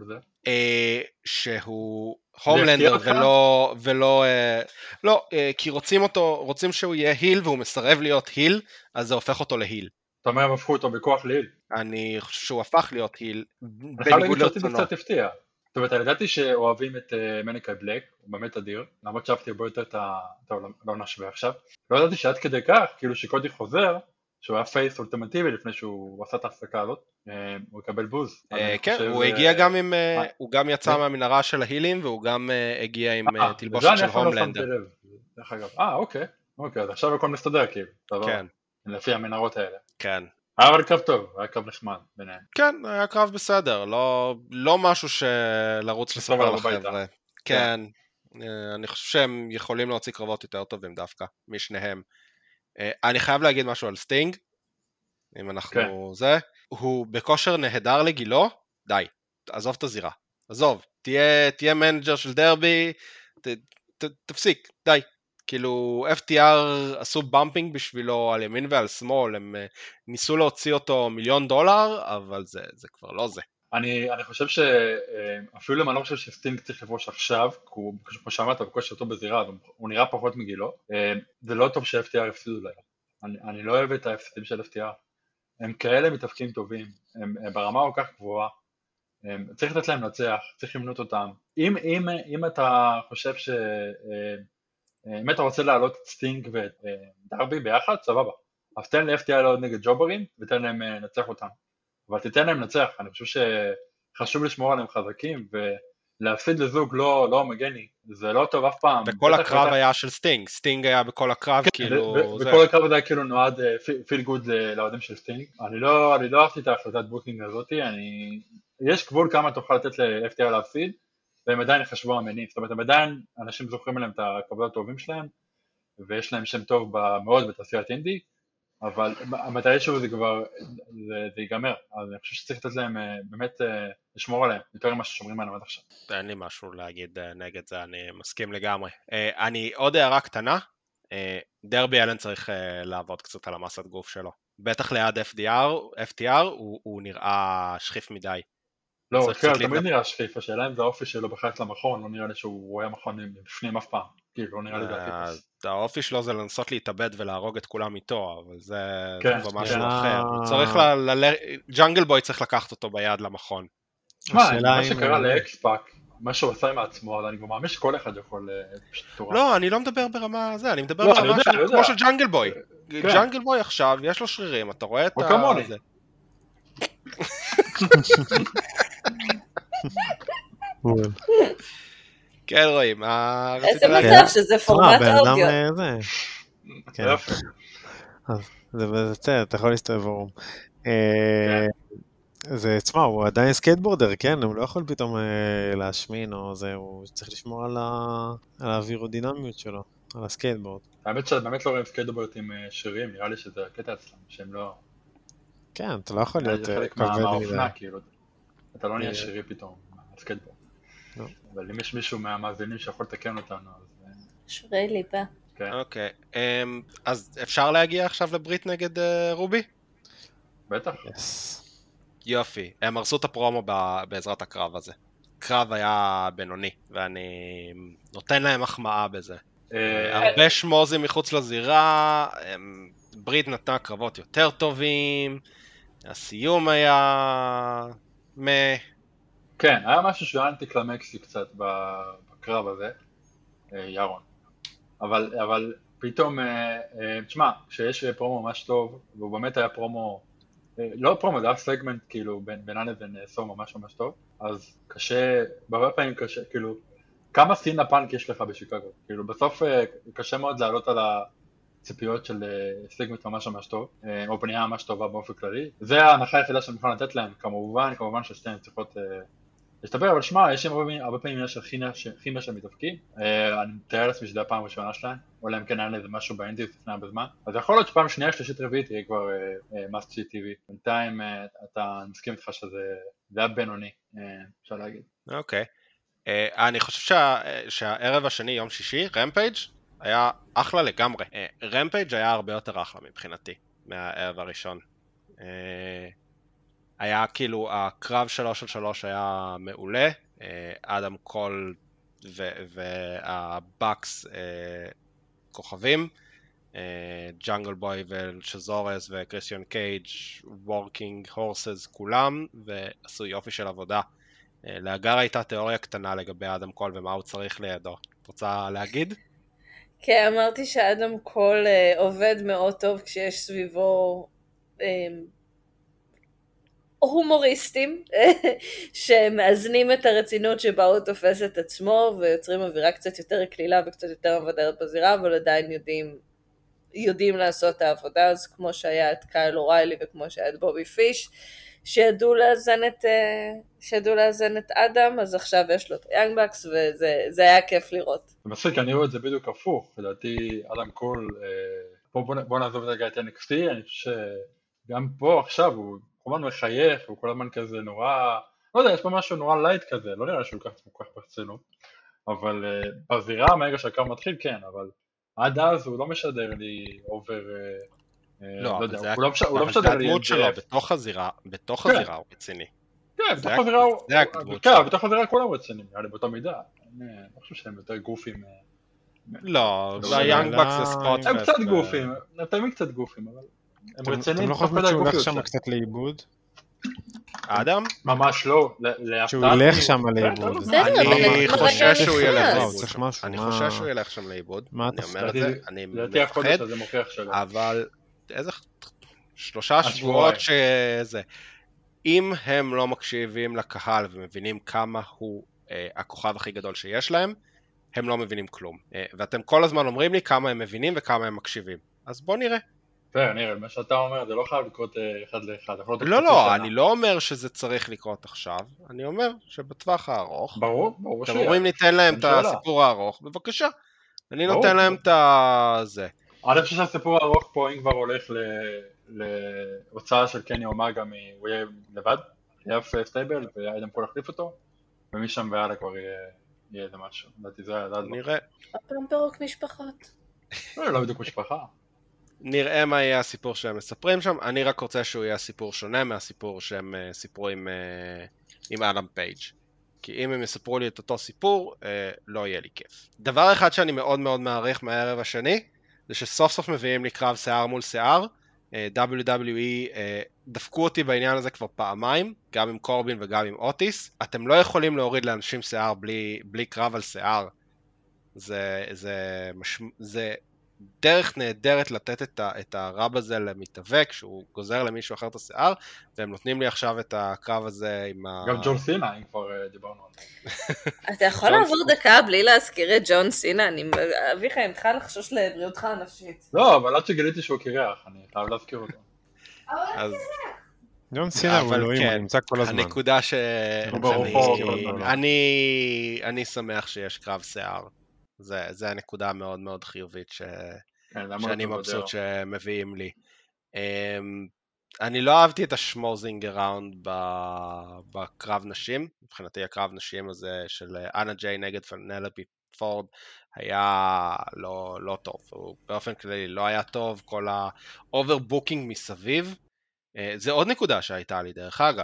שהוא הומלנדר ולא, לא, כי רוצים שהוא יהיה היל והוא מסרב להיות היל, אז זה הופך אותו להיל. אתה אומר הם הפכו אותו בכוח להיל? אני חושב שהוא הפך להיות היל. אני חייב להגיד שאותי זה קצת הפתיע. זאת אומרת, אני ידעתי שאוהבים את מניקאי בלק, הוא באמת אדיר, למרות שאהבתי הרבה יותר את לא נשווה עכשיו. לא ידעתי שעד כדי כך, כאילו שקודי חוזר, שהוא היה פייס אולטימטיבי לפני שהוא עשה את ההפסקה הזאת, הוא יקבל בוז. כן, הוא הגיע גם עם, הוא גם יצא מהמנהרה של ההילים, והוא גם הגיע עם תלבושת של הומלנדר. אוקיי, אז עכשיו הכל מסתדר כאילו. כן. לפי המנהרות האלה. כן. אבל קרב טוב, היה קרב נחמד ביניהם. כן, היה קרב בסדר, לא משהו שלרוץ לספר לחבר'ה. כן, אני חושב שהם יכולים להוציא קרבות יותר טובים דווקא, משניהם. אני חייב להגיד משהו על סטינג, אם אנחנו זה, הוא בכושר נהדר לגילו, די, עזוב את הזירה, עזוב, תהיה מנג'ר של דרבי, תפסיק, די. כאילו FTR עשו במפינג בשבילו על ימין ועל שמאל, הם ניסו להוציא אותו $1,000,000, אבל זה כבר לא זה. אני חושב שאפילו אם אני לא חושב שסטינג צריך לבוש עכשיו, כי הוא, כמו שאמרת, בכושר אותו בזירה, הוא נראה פחות מגילו, זה לא טוב ש-FTR הפסידו להם. אני לא אוהב את ההפסדים של FTR. הם כאלה מתאפקים טובים, הם ברמה כל כך גבוהה, צריך לתת להם לנצח, צריך למנות אותם. אם אתה חושב אם אתה רוצה להעלות את סטינג ואת דרבי ביחד, סבבה. אז תן ל-FTR לעוד נגד ג'וברים ותן להם לנצח אותם. אבל תתן להם לנצח, אני חושב שחשוב לשמור עליהם חזקים ולהפסיד לזוג לא הומוגני, זה לא טוב אף פעם. בכל הקרב היה של סטינג היה בכל הקרב כאילו... בכל הקרב זה היה כאילו נועד פיל גוד לאוהדים של סטינג. אני לא אהבתי את ההחלטת בוקינג הזאת, יש גבול כמה תוכל לתת ל-FTR להפסיד, והם עדיין יחשבו אמינים, זאת אומרת, הם עדיין, אנשים זוכרים עליהם את הכבוד הטובים שלהם, ויש להם שם טוב מאוד בתעשיית אינדי, אבל מתישהו זה כבר, זה ייגמר, אז אני חושב שצריך לתת להם באמת לשמור עליהם, יותר ממה ששומרים עליהם עד עכשיו. אין לי משהו להגיד נגד זה, אני מסכים לגמרי. עוד הערה קטנה, דרבי אלן צריך לעבוד קצת על המסת גוף שלו. בטח ליד FTR הוא נראה שכיף מדי. לא, כן, תמיד נראה שכיף, השאלה אם זה האופי שלו בכלל למכון, לא נראה לי שהוא רואה מכון בפנים אף פעם, כאילו לא נראה לי זה הטיפוס. האופי שלו זה לנסות להתאבד ולהרוג את כולם איתו, אבל זה כבר משהו כן. אחר. צריך ג'אנגל בוי צריך לקחת אותו ביד למכון. תשמע, מה שקרה לאקספאק, מה שהוא עשה עם עצמו, אני כבר מאמין שכל אחד יכול פשוט תורה. לא, אני לא מדבר ברמה זה, אני מדבר ברמה כמו של ג'אנגל בוי. ג'אנגל בוי עכשיו, יש לו שרירים, אתה רואה את או כמוני. זה. כן רואים, איזה מצב שזה פורמט אודיו. זה בסדר, אתה יכול להסתובב ברום. זה, תשמע, הוא עדיין סקייטבורדר, כן? הוא לא יכול פתאום להשמין או זה, הוא צריך לשמור על האווירודינמיות שלו, על הסקייטבורד. האמת שבאמת לא רואים סקייטבורד עם שירים, נראה לי שזה הקטע אצלם, שהם לא... כן, אתה לא יכול להיות חלק מהאופנה, כאילו, אתה לא נהיה שירי פתאום, הסקייטבורד. אבל אם יש מישהו מהמאזינים שיכול לתקן אותנו, אז... שירי ליבה. אוקיי, אז אפשר להגיע עכשיו לברית נגד רובי? בטח. יופי, הם הרסו את הפרומו בעזרת הקרב הזה. קרב היה בינוני, ואני נותן להם מחמאה בזה. הרבה שמוזים מחוץ לזירה, ברית נתנה קרבות יותר טובים, הסיום היה... כן, היה משהו שהוא אנטי קלמקסי קצת בקרב הזה, ירון. אבל פתאום, תשמע, כשיש פרומו ממש טוב, והוא באמת היה פרומו, לא פרומו, זה היה סגמנט כאילו בינה לבין סור ממש ממש טוב, אז קשה, בהרבה פעמים קשה, כאילו, כמה סין הפאנק יש לך בשיקגו? כאילו בסוף קשה מאוד לעלות על הציפיות של סגמנט ממש ממש טוב, או בנייה ממש טובה באופן כללי. זה ההנחה היחידה שאני מוכן לתת להם, כמובן ששתיהן צריכות להשתפר, אבל שמע, יש הרבה פעמים יש כימיה של מתאבקים, אני מתאר לעצמי שזה הפעם הראשונה שלהם, או להם כן היה לזה משהו באינדיז לפני הרבה זמן, אז יכול להיות שפעם שנייה, שלישית, רביעית יהיה כבר מאסט טי.וי, בינתיים אתה מסכים איתך שזה היה בינוני, אפשר להגיד. אוקיי, אני חושב שהערב השני, יום שישי, רמפייג' היה אחלה לגמרי, רמפייג' היה הרבה יותר אחלה מבחינתי, מהערב הראשון. היה כאילו, הקרב 3-3 היה מעולה, אדם קול והבקס כוכבים, ג'אנגל בוי ושזורס וקריסטיאן קייג' וורקינג הורסס כולם, ועשו יופי של עבודה. להגר הייתה תיאוריה קטנה לגבי אדם קול ומה הוא צריך לידו. את רוצה להגיד? כן, אמרתי שאדם קול עובד מאוד טוב כשיש סביבו הומוריסטים שמאזנים את הרצינות שבה הוא תופס את עצמו ויוצרים אווירה קצת יותר כלילה וקצת יותר מבדרת בזירה, אבל עדיין יודעים לעשות את העבודה, אז כמו שהיה את קייל אוריילי וכמו שהיה את בובי פיש שידעו לאזן את אדם, אז עכשיו יש לו את יאנג בקס וזה היה כיף לראות. זה מצחיק, אני רואה את זה בדיוק הפוך, לדעתי אדם קול, בוא נעזוב את רגע את NXT, אני חושב שגם פה עכשיו הוא כמובן מחייך, הוא כל הזמן כזה נורא, לא יודע, יש פה משהו נורא לייט כזה, לא נראה שהוא כל כך ברצינות, אבל בזירה מהרגע שהקרב מתחיל כן, אבל עד אז הוא לא משדר לי אובר, לא יודע, אבל זה הדמות שלו, בתוך הזירה הוא רציני. כן, בתוך הזירה כולם רצינים, נראה לי באותה מידה, אני לא חושב שהם יותר גופים. לא, היאנג בקס זה ספוט. הם קצת גופים, נתאים קצת גופים, אבל הם רציניים. אתם לא חושבים שהוא הולך שם קצת לאיבוד? אדם? ממש לא, שהוא ילך שם לאיבוד. אני חושש שהוא ילך לאיבוד. אני חושש שהוא ילך שם לאיבוד. אני אומר את זה, אני מפחד, אבל איזה 3 שבועות שזה. אם הם לא מקשיבים לקהל ומבינים כמה הוא הכוכב הכי גדול שיש להם, הם לא מבינים כלום. ואתם כל הזמן אומרים לי כמה הם מבינים וכמה הם מקשיבים. אז בוא נראה. נראה, מה שאתה אומר, זה לא חייב לקרות אחד לאחד. לא, אני לא אומר שזה צריך לקרות עכשיו, אני אומר שבטווח הארוך, ברור אתם אומרים ניתן להם את הסיפור הארוך, בבקשה, אני נותן להם את זה. אני חושב שהסיפור הארוך פה, אם כבר הולך להוצאה של קני אומגה, הוא יהיה לבד, יהיה סטייבל, ואדם פה להחליף אותו, ומשם והלאה כבר יהיה איזה משהו, לדעתי זה היה לדעת. נראה. הפעם פירוק משפחות. לא בדיוק משפחה. נראה מה יהיה הסיפור שהם מספרים שם, אני רק רוצה שהוא יהיה סיפור שונה מהסיפור שהם סיפרו עם אדם פייג'. כי אם הם יספרו לי את אותו סיפור, לא יהיה לי כיף. דבר אחד שאני מאוד מאוד מעריך מהערב השני, זה שסוף סוף מביאים לי קרב שיער מול שיער. WWE דפקו אותי בעניין הזה כבר פעמיים, גם עם קורבין וגם עם אוטיס. אתם לא יכולים להוריד לאנשים שיער בלי קרב על שיער. זה דרך נהדרת לתת את הרב הזה למתאבק, שהוא גוזר למישהו אחר את השיער, והם נותנים לי עכשיו את הקרב הזה עם גם ג'ון סינה, אם כבר דיברנו על זה. אתה יכול לעבור דקה בלי להזכיר את ג'ון סינה? אני אביך, אם תוכל לחשוש לבריאותך הנפשית. לא, אבל עד שגיליתי שהוא קירח, אני חייב להזכיר אותו. אז ג'ון סינה הוא אלוהים, הוא נמצא כל הזמן. הנקודה ברוחו, אני שמח שיש קרב שיער. זה הנקודה מאוד מאוד חיובית שאני מבסוט שמביאים לי. אני לא אהבתי את השמוזינג אראונד בקרב נשים, מבחינתי הקרב נשים הזה של אנה ג'יי נגד פנלופי פורד היה לא טוב, הוא באופן כללי לא היה טוב, כל האוברבוקינג מסביב. זה עוד נקודה שהייתה לי דרך אגב,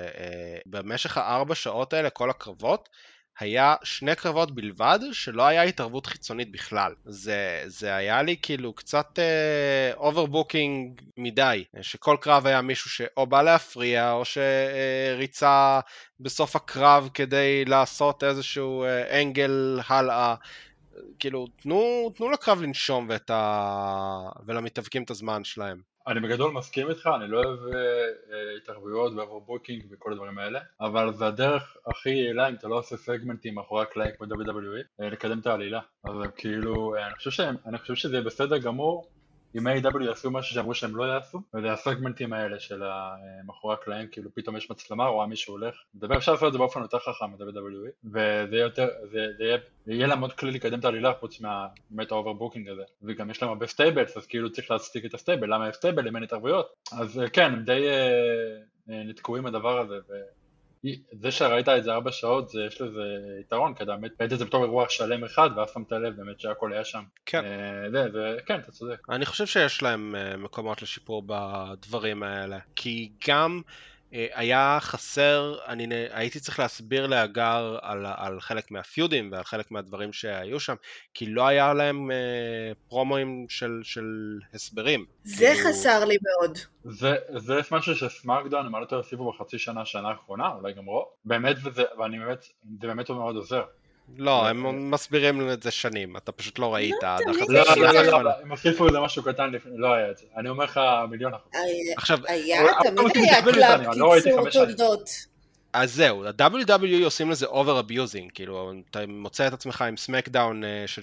שבמשך 4 שעות האלה כל הקרבות, היה 2 קרבות בלבד שלא היה התערבות חיצונית בכלל. זה היה לי כאילו קצת אוברבוקינג מדי, שכל קרב היה מישהו שאו בא להפריע או שריצה בסוף הקרב כדי לעשות איזשהו אנגל הלאה. כאילו תנו לקרב לנשום ולמתאבקים את הזמן שלהם. אני בגדול מסכים איתך, אני לא אוהב התערבויות ואוברבוקינג וכל הדברים האלה, אבל זה הדרך הכי יעילה אם אתה לא עושה סגמנטים מאחורי הקלעים כמו WWE, לקדם את העלילה. אז כאילו, אני חושב שזה בסדר גמור אם A.W. יעשו משהו שאמרו שהם לא יעשו, וזה הסגמנטים האלה של מאחורי הקלעים, כאילו פתאום יש מצלמה, רואה מישהו הולך, אפשר לעשות את זה באופן יותר חכם ב-WWE, וזה יהיה להם עוד כלי לקדם את העלילה חוץ מהאמת האוברבוקינג הזה, וגם יש להם הרבה סטייבלס, אז כאילו צריך להצדיק את הסטייבל, למה יש סטייבל אם אין התערבויות? אז כן, הם די נתקעו עם הדבר הזה, זה שראית את זה 4 שעות, יש לזה יתרון, כי באמת ראית את זה בתור אירוע שלם אחד, ואז שמת לב באמת שהכל היה שם. כן. כן, אתה צודק. אני חושב שיש להם מקומות לשיפור בדברים האלה, כי גם היה חסר, הייתי צריך להסביר לאגר על חלק מהפיודים ועל חלק מהדברים שהיו שם, כי לא היה להם פרומואים של הסברים. זה חסר לי מאוד. זה משהו שסמארקדאון, אני לא יותר הוסיפו בחצי שנה האחרונה, אולי גם רוב, באמת, זה באמת מאוד עוזר. לא, הם מסבירים את זה שנים, אתה פשוט לא ראית. לא, הם הוסיפו איזה משהו קטן, לא היה את זה. אני אומר לך 1,000,000%. עכשיו, תמיד היה קלאב קיצור תולדות. אז זהו, ה-WWE עושים לזה over-abusing, כאילו, אתה מוצא את עצמך עם סמקדאון של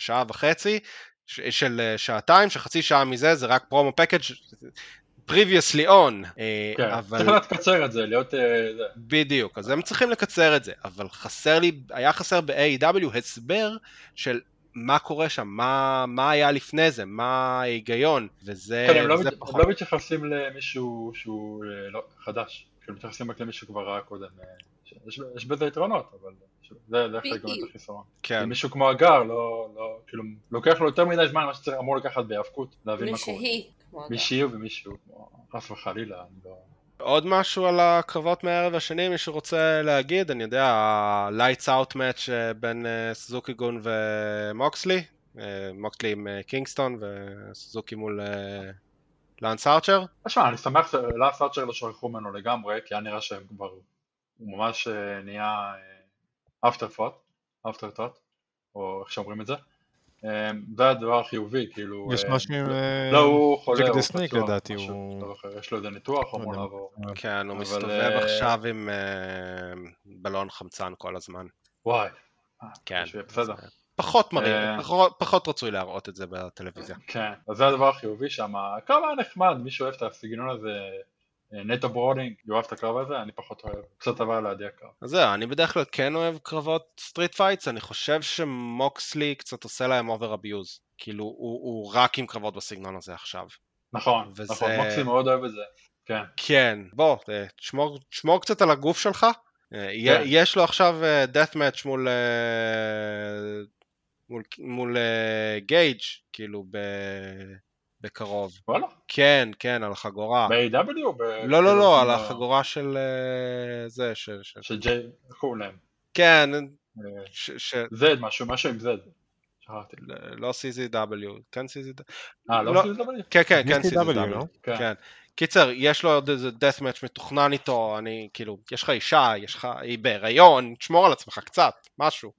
1.5 שעות, של 2 שעתיים, שחצי שעה מזה זה רק פרומו פקאג' previously on, כן, צריך לקצר את זה, להיות בדיוק, אז הם צריכים לקצר את זה, אבל היה חסר ב-AEW הסבר של מה קורה שם, מה היה לפני זה, מה ההיגיון, וזה פחות. הם לא מתייחסים למישהו שהוא חדש, כאילו מתייחסים רק למישהו כבר ראה קודם, יש בזה יתרונות, אבל זה חלק גם את החיסרון. מישהו כמו הגר, כאילו, לוקח לו יותר מדי זמן מה שצריך אמור לקחת בהיאבקות, להבין מה קורה. מישהי ומישהו, חס וחלילה, אני לא... עוד משהו על הקרבות מהערב השני, מישהו רוצה להגיד, אני יודע, ה-Lights Out Match בין סוזוקי גון ומוקסלי, מוקסלי עם קינגסטון וסוזוקי מול לאנס ארצ'ר. תשמע, אני שמח שלאנס ארצ'ר לא שכחו ממנו לגמרי, כי היה נראה שהם כבר, הוא ממש נהיה afterthought, או איך שאומרים את זה. זה הדבר החיובי, כאילו... יש משהו עם... לא, הוא חולה, הוא פצוע, לדעתי, יש לו איזה ניתוח, הוא לעבור. כן, הוא מסתובב עכשיו עם בלון חמצן כל הזמן. וואי. כן. בסדר. פחות מראים, פחות רצוי להראות את זה בטלוויזיה. כן, אז זה הדבר החיובי שם. הקרב היה נחמד, מי שאוהב את הסגנון הזה... נטו ברודינג, יאהב את הקרב הזה, אני פחות אוהב, קצת עבר לידי הקרב. אז זהו, אני בדרך כלל כן אוהב קרבות סטריט פייטס, אני חושב שמוקסלי קצת עושה להם אובר אביוז, כאילו הוא רק עם קרבות בסגנון הזה עכשיו. נכון, מוקסלי מאוד אוהב את זה, כן. כן, בוא, תשמור קצת על הגוף שלך, יש לו עכשיו death match מול גייג' כאילו בקרוב. וואלה? כן, כן, על החגורה. ב-AW או ב... לא, לא, לא, על החגורה של זה, של ג'יי, איך קוראים להם? כן, זד, משהו עם זד. שכחתי. לא CZW, כן CZW? לא CZW? כן, כן, כן CZW, CZW, לא? כן. קיצר, יש לו עוד איזה deathmatch מתוכנן איתו, אני כאילו, יש לך אישה, היא בהיריון, תשמור על עצמך קצת, משהו.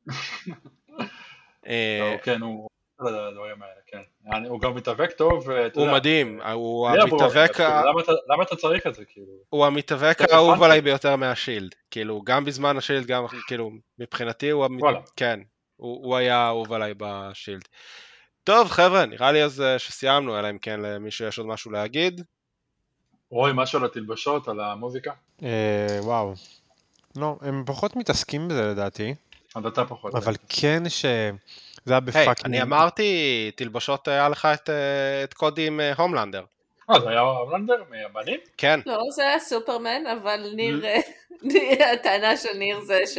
כן, הוא... הדברים האלה, כן. הוא גם מתאבק טוב, הוא מדהים, הוא המתאבק... למה אתה צריך את זה, כאילו? הוא המתאבק האהוב עליי ביותר מהשילד, כאילו, גם בזמן השילד, גם כאילו, מבחינתי הוא... כן, הוא היה אהוב עליי בשילד. טוב, חבר'ה, נראה לי אז שסיימנו, אלא אם כן למישהו יש עוד משהו להגיד. רואי, משהו על התלבשות, על המוזיקה? וואו. לא, הם פחות מתעסקים בזה לדעתי. עד אתה פחות. אבל כן זה היה בפאקינג... אני אמרתי, תלבשות היה לך את קודי עם הומלנדר. זה היה הומלנדר מהבנים? כן. לא, זה היה סופרמן, אבל ניר, הטענה של ניר זה ש...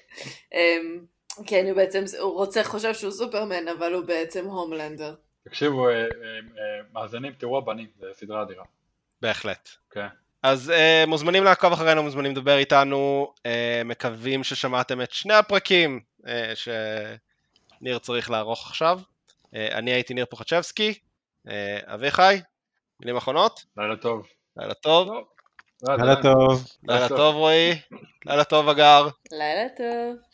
כן, הוא חושב שהוא סופרמן, אבל הוא בעצם הומלנדר. תקשיבו, מאזינים, תראו הבנים, זה סדרה אדירה. בהחלט. כן. אז מוזמנים לעקוב אחרינו, מוזמנים לדבר איתנו, מקווים ששמעתם את שני הפרקים שניר צריך לערוך עכשיו. אני הייתי ניר פוחצ'בסקי, אביחי, מילים אחרונות? לילה טוב. לילה טוב. לילה טוב. לילה טוב רועי, לילה טוב אגר. לילה טוב.